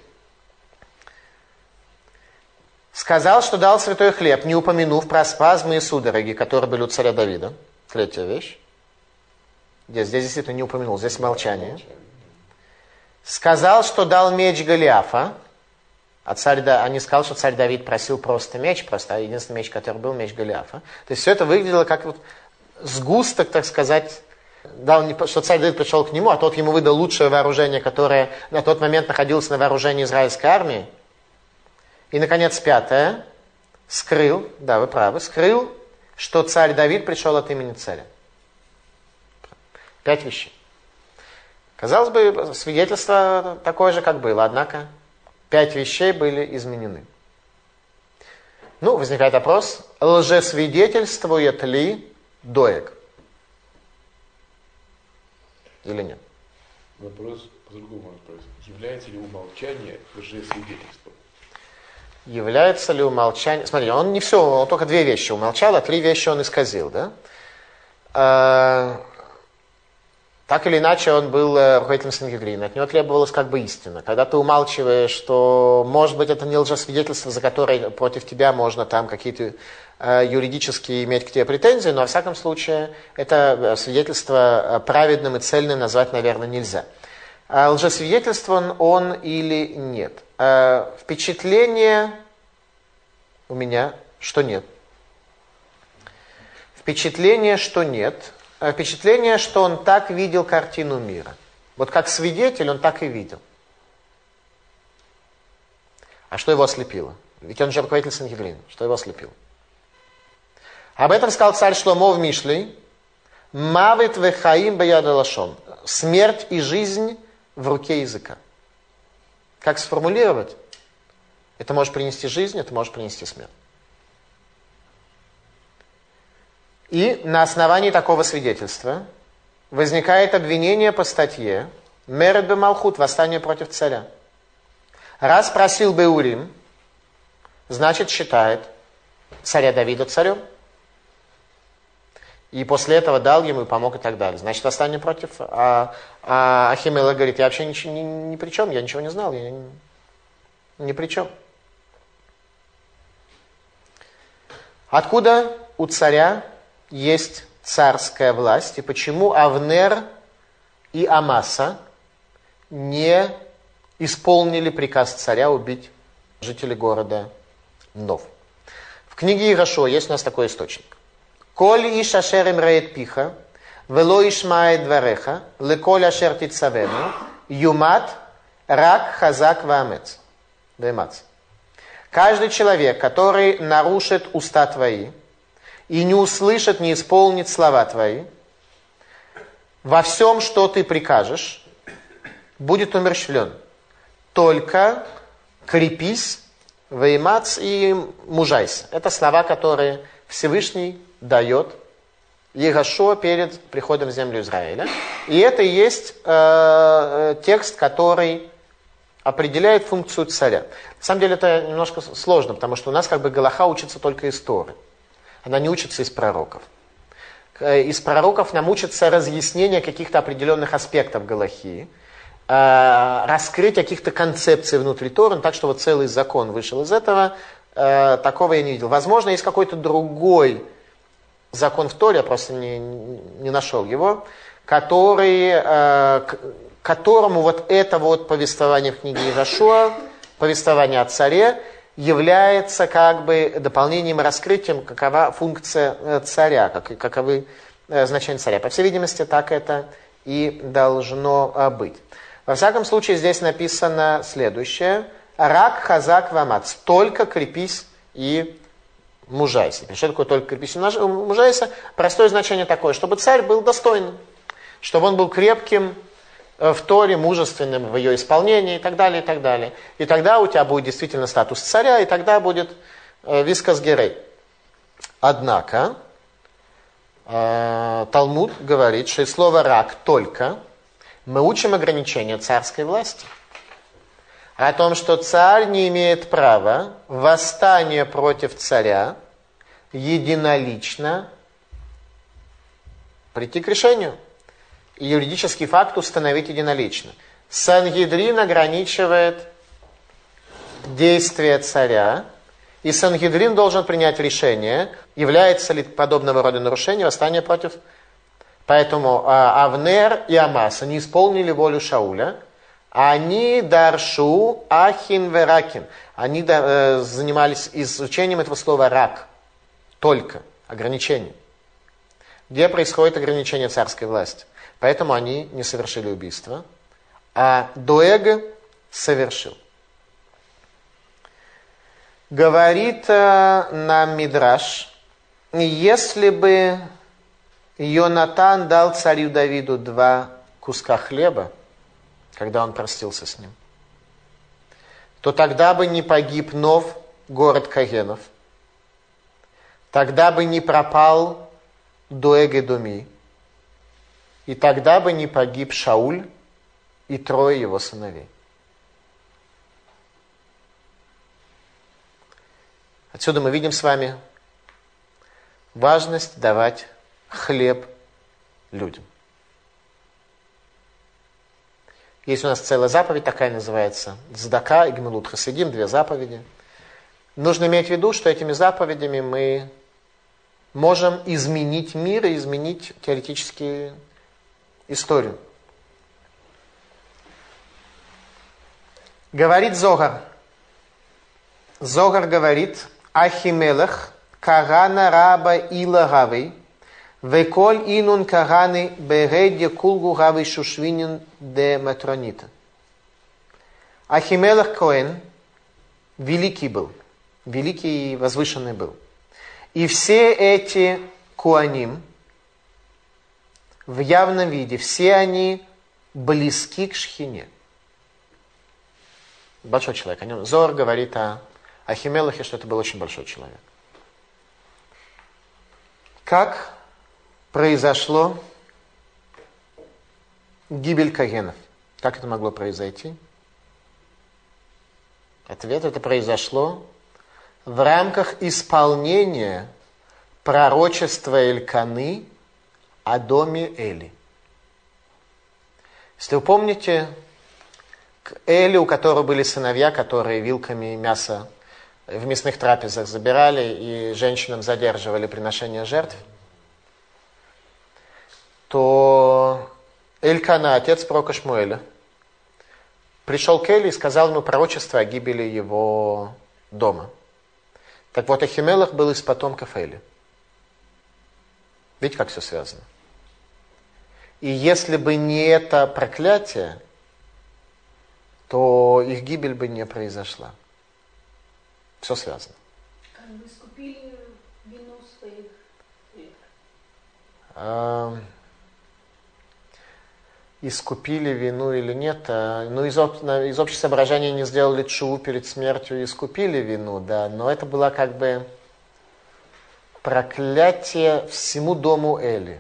Сказал, что дал святой хлеб, не упомянув про спазмы и судороги, которые были у царя Давида. 3-я вещь. Здесь действительно не упомянул, здесь молчание. Сказал, что дал меч Голиафа. А не сказал, что царь Давид просил просто меч, а единственный меч, который был, меч Голиафа. То есть все это выглядело как вот сгусток, так сказать, что царь Давид пришел к нему, а тот ему выдал лучшее вооружение, которое на тот момент находилось на вооружении израильской армии. И, наконец, 5-е. Скрыл, да, вы правы, скрыл, что царь Давид пришел от имени царя. 5 вещей. Казалось бы, свидетельство такое же, как было, однако 5 вещей были изменены. Возникает вопрос, лжесвидетельствует ли Доэг? Или нет? Вопрос по-другому можно спросить. Является ли умолчание лжесвидетельством? Является ли умолчание... Смотрите, он не все, он только 2 вещи умолчал, а 3 вещи он исказил, да? Так или иначе, он был руководителем Сангедрина. От него требовалась как бы истина. Когда ты умалчиваешь, что, может быть, это не лжесвидетельство, за которое против тебя можно там какие-то юридически иметь к тебе претензии, но, во всяком случае, это свидетельство праведным и цельным назвать, наверное, нельзя. Лжесвидетельствован он или нет? Впечатление у меня, что нет. Впечатление, что нет. Впечатление, что он так видел картину мира. Вот как свидетель он так и видел. А что его ослепило? Ведь он же руководитель Сангедрина. Что его ослепило? Об этом сказал царь Шломо в Мишлей. Мавит вехаим бияд лашон. Смерть и жизнь в руке языка. Как сформулировать? Это может принести жизнь, это может принести смерть. И на основании такого свидетельства возникает обвинение по статье Меред бе Малхут, восстание против царя. Раз просил Беурим, значит считает царя Давида царем. И после этого дал ему и помог и так далее. Значит, восстание против. Ахимелех говорит, я вообще ничего, ни при чем, я ничего не знал, я ни при чем. Откуда у царя есть царская власть, и почему Авнер и Амаса не исполнили приказ царя убить жителей города Нов? В книге Иерошуа есть у нас такой источник. «Коль иш ашер имреет пиха, вело ишмает двареха, леколь ашер тицавену, юмат рак хазак ваамец». Каждый человек, который нарушит уста твои и не услышит, не исполнит слова твои, во всем, что ты прикажешь, будет умерщвлен. Только крепись, ваимац и мужайся. Это слова, которые Всевышний дает Иерошуа перед приходом в землю Израиля. И это и есть текст, который определяет функцию царя. На самом деле это немножко сложно, потому что у нас как бы галаха учится только из Торы. Она не учится из пророков. Из пророков нам учится разъяснение каких-то определенных аспектов галахи, раскрытие каких-то концепций внутри Торы, так что вот целый закон вышел из этого. Такого я не видел. Возможно, есть какой-то другой закон в Торе, я просто не нашел его, которому вот это вот повествование в книге Иерошуа, повествование о царе, является как бы дополнением и раскрытием, какова функция царя, каковы значения царя. По всей видимости, так это и должно быть. Во всяком случае, здесь написано следующее. Рак, хазак, вамац. Только крепись и мужайся. Что такое только крепись и мужайся? Простое значение такое, чтобы царь был достойным, чтобы он был крепким в Торе, мужественным в ее исполнении и так далее, и так далее. И тогда у тебя будет действительно статус царя, и тогда будет вискас герей. Однако, Талмуд говорит, что из слова «рак» только мы учим ограничения царской власти. О том, что царь не имеет права восстание против царя единолично прийти к решению. И юридический факт установить единолично. Сангедрин ограничивает действия царя, и Сангедрин должен принять решение, является ли подобного рода нарушение восстание против. Поэтому Авнер и Амаса не исполнили волю Шауля, они даршу ахин веракин. Они занимались изучением этого слова рак, только, ограничение. Где происходит ограничение царской власти? Поэтому они не совершили убийство, а Доэг совершил. Говорит нам Мидраш, если бы Йонатан дал царю Давиду 2 куска хлеба, когда он простился с ним, то тогда бы не погиб Нов, город Кагенов, тогда бы не пропал Доэг Эдоми, и тогда бы не погиб Шауль и 3 его сыновей. Отсюда мы видим с вами важность давать хлеб людям. Есть у нас целая заповедь, такая называется Цдака и Гмилут Хасидим, 2 заповеди. Нужно иметь в виду, что этими заповедями мы можем изменить мир и изменить теоретически историю. Говорит Зогар. Зогар говорит, Ахимелех Кагана раба ила гавей, веколь инун каганы береде кулгу гавей шушвинин де матронита. Ахимелех Коэн великий был, великий и возвышенный был. И все эти куаним, в явном виде, все они близки к Шхине. Большой человек. О нем Зоар говорит о Ахимелахе, что это был очень большой человек. Как произошло гибель Кагенов? Как это могло произойти? Ответ: это произошло в рамках исполнения пророчества Эльканы о доме Эли. Если вы помните, к Эли, у которого были сыновья, которые вилками мясо в мясных трапезах забирали и женщинам задерживали приношение жертв, то Элькана, отец пророка Шмуэля, пришел к Эли и сказал ему пророчество о гибели его дома. Так вот, Ахимелах был из потомков Эли. Видите, как все связано? И если бы не это проклятие, то их гибель бы не произошла. Все связано. Как бы искупили вину своих. Искупили вину или нет? Из общего соображения не сделали тшуву перед смертью и искупили вину, да, но это было как бы проклятие всему дому Эли,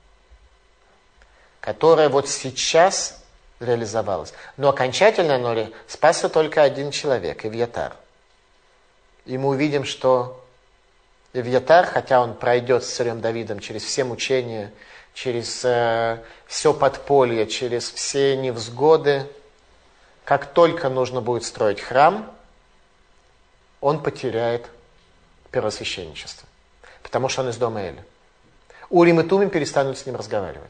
которое вот сейчас реализовалось. Но окончательно оно спасся только один человек, Эвьятар. И мы увидим, что Эвьятар, хотя он пройдет с царем Давидом через все мучения, через все подполье, через все невзгоды, как только нужно будет строить храм, он потеряет первосвященничество. Потому что он из дома Эли. Урим и Тумим перестанут с ним разговаривать.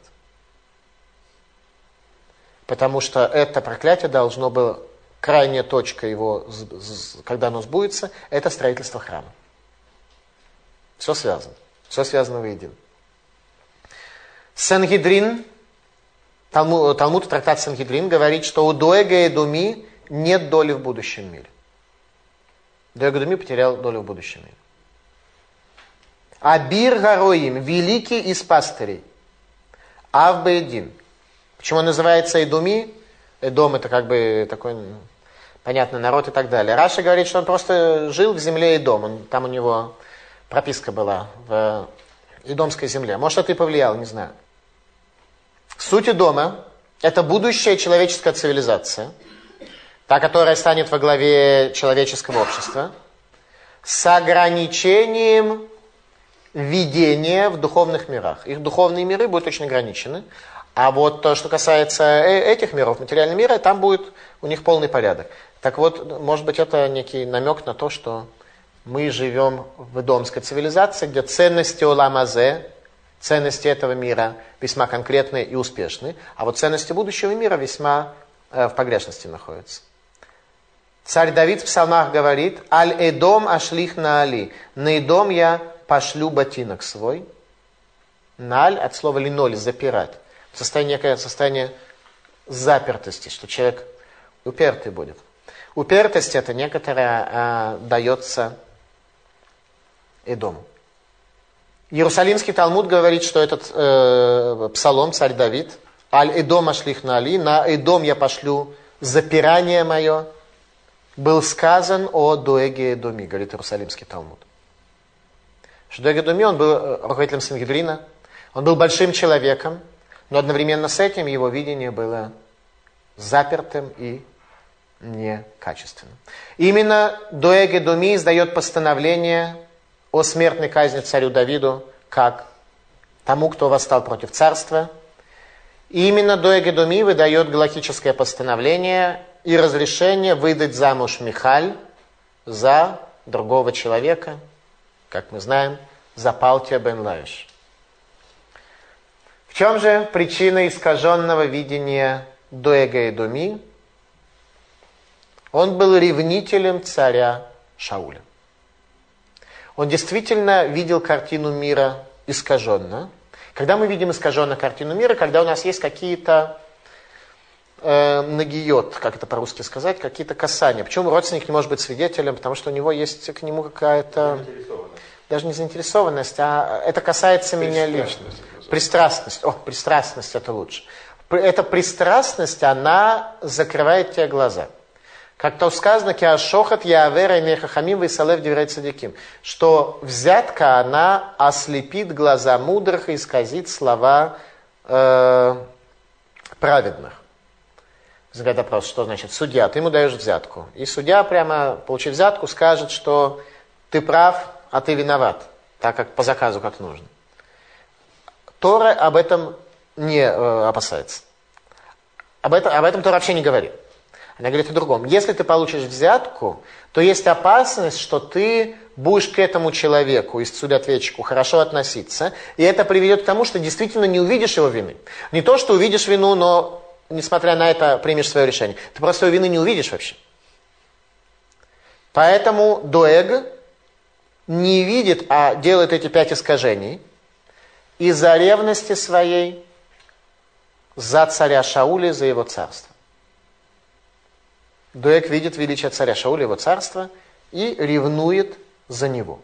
Потому что это проклятие должно было, крайняя точка его, когда оно сбудется, это строительство храма. Все связано воедино. Сангедрин, Талмуд, трактат Сангедрин говорит, что у Доэга и Думи нет доли в будущем мире. Доэга Думи потерял долю в будущем мире. Абир Гароим, великий из пастырей, Авбеедин. Почему он называется Эдуми? Эдом это как бы такой понятный народ и так далее. Раша говорит, что он просто жил в земле Эдом. Там у него прописка была в Эдомской земле. Может, это и повлияло, не знаю. Суть Эдома – это будущая человеческая цивилизация, та, которая станет во главе человеческого общества, с ограничением видения в духовных мирах. Их духовные миры будут очень ограничены. А вот то, что касается этих миров, материального мира, там будет у них полный порядок. Так вот, может быть, это некий намек на то, что мы живем в эдомской цивилизации, где ценности оламазе, ценности этого мира весьма конкретные и успешные, а вот ценности будущего мира весьма в погрешности находятся. Царь Давид в псалмах говорит: «Аль-эдом ашлих на али». На Эдом я пошлю ботинок свой. Наль от слова линоль, запирать. Состояние запертости, что человек упертый будет. Упертость это некоторая дается Эдому. Иерусалимский Талмуд говорит, что этот псалом, царь Давид, «Аль-эдом ашлих на али», на Эдом я пошлю запирание мое, был сказан о Доэге Эдоми, говорит Иерусалимский Талмуд. Что Доэг Эдоми, он был руководителем Сангедрина, он был большим человеком, но одновременно с этим его видение было запертым и некачественным. Именно Доэг Эдоми издает постановление о смертной казни царю Давиду как тому, кто восстал против царства. И именно Доэг Эдоми выдает галахическое постановление и разрешение выдать замуж Михаль за другого человека, как мы знаем, за Палтия бен Лаиш. В чем же причина искаженного видения Доэга Эдоми? Он был ревнителем царя Шауля. Он действительно видел картину мира искаженно. Когда мы видим искаженно картину мира, когда у нас есть какие-то нагиот, как это по-русски сказать, какие-то касания. Почему родственник не может быть свидетелем? Потому что у него есть к нему какая-то... даже не заинтересованность, а это касается меня лично. Пристрастность. Пристрастность это лучше. Эта пристрастность, она закрывает тебе глаза. Как то сказано, «Киашохат яавера инеха хамим вейсалев диврей цадиким», что взятка, она ослепит глаза мудрых и исказит слова праведных. Задает вопрос, что значит судья, ты ему даешь взятку. И судья, прямо получив взятку, скажет, что ты прав, а ты виноват, так как по заказу, как нужно. Тора об этом не опасается. Об этом Тора вообще не говорит. Она говорит о другом. Если ты получишь взятку, то есть опасность, что ты будешь к этому человеку, истцу-ответчику, хорошо относиться, и это приведет к тому, что действительно не увидишь его вины. Не то, что увидишь вину, но, несмотря на это, примешь свое решение. Ты просто его вины не увидишь вообще. Поэтому Доэг не видит, а делает эти 5 искажений из-за ревности своей за царя Шауля, за его царство. Доэг видит величие царя Шауля, его царства, и ревнует за него.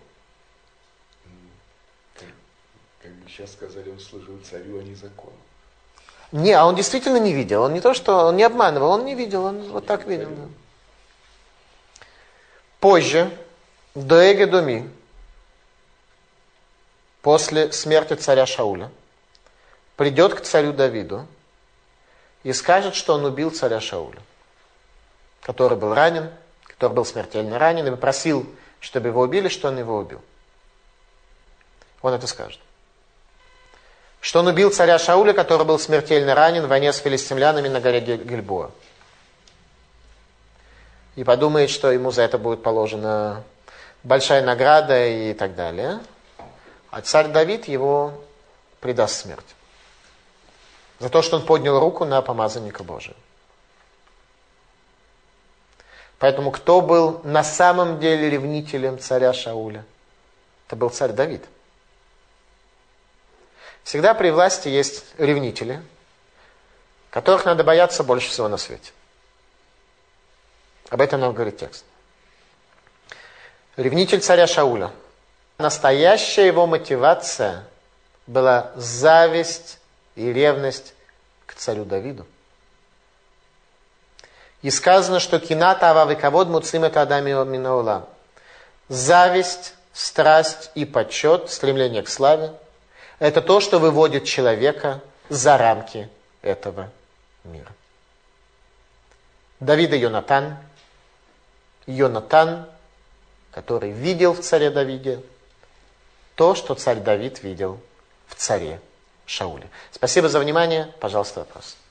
Как бы сейчас сказали, он служил царю, а не закону. Не, а он действительно не видел. Он не то, что он не обманывал, он не видел, он вот так видел. Да. Позже Доэг Эдоми, после смерти царя Шауля, придет к царю Давиду и скажет, что он убил царя Шауля, который был ранен, который был смертельно ранен, и попросил, чтобы его убили, что он его убил. Он это скажет. Что он убил царя Шауля, который был смертельно ранен в войне с филистимлянами на горе Гильбоа. И подумает, что ему за это будет положена большая награда и так далее. А царь Давид его предаст смерти. За то, что он поднял руку на помазанника Божия. Поэтому кто был на самом деле ревнителем царя Шауля? Это был царь Давид. Всегда при власти есть ревнители, которых надо бояться больше всего на свете. Об этом нам говорит текст. Ревнитель царя Шауля. Настоящая его мотивация была зависть и ревность к царю Давиду. И сказано, что кината ававиковод муцим это адами минаулам. Зависть, страсть и почет, стремление к славе – это то, что выводит человека за рамки этого мира. Давид и Йонатан, который видел в царе Давиде то, что царь Давид видел в царе Шауле. Спасибо за внимание. Пожалуйста, вопрос.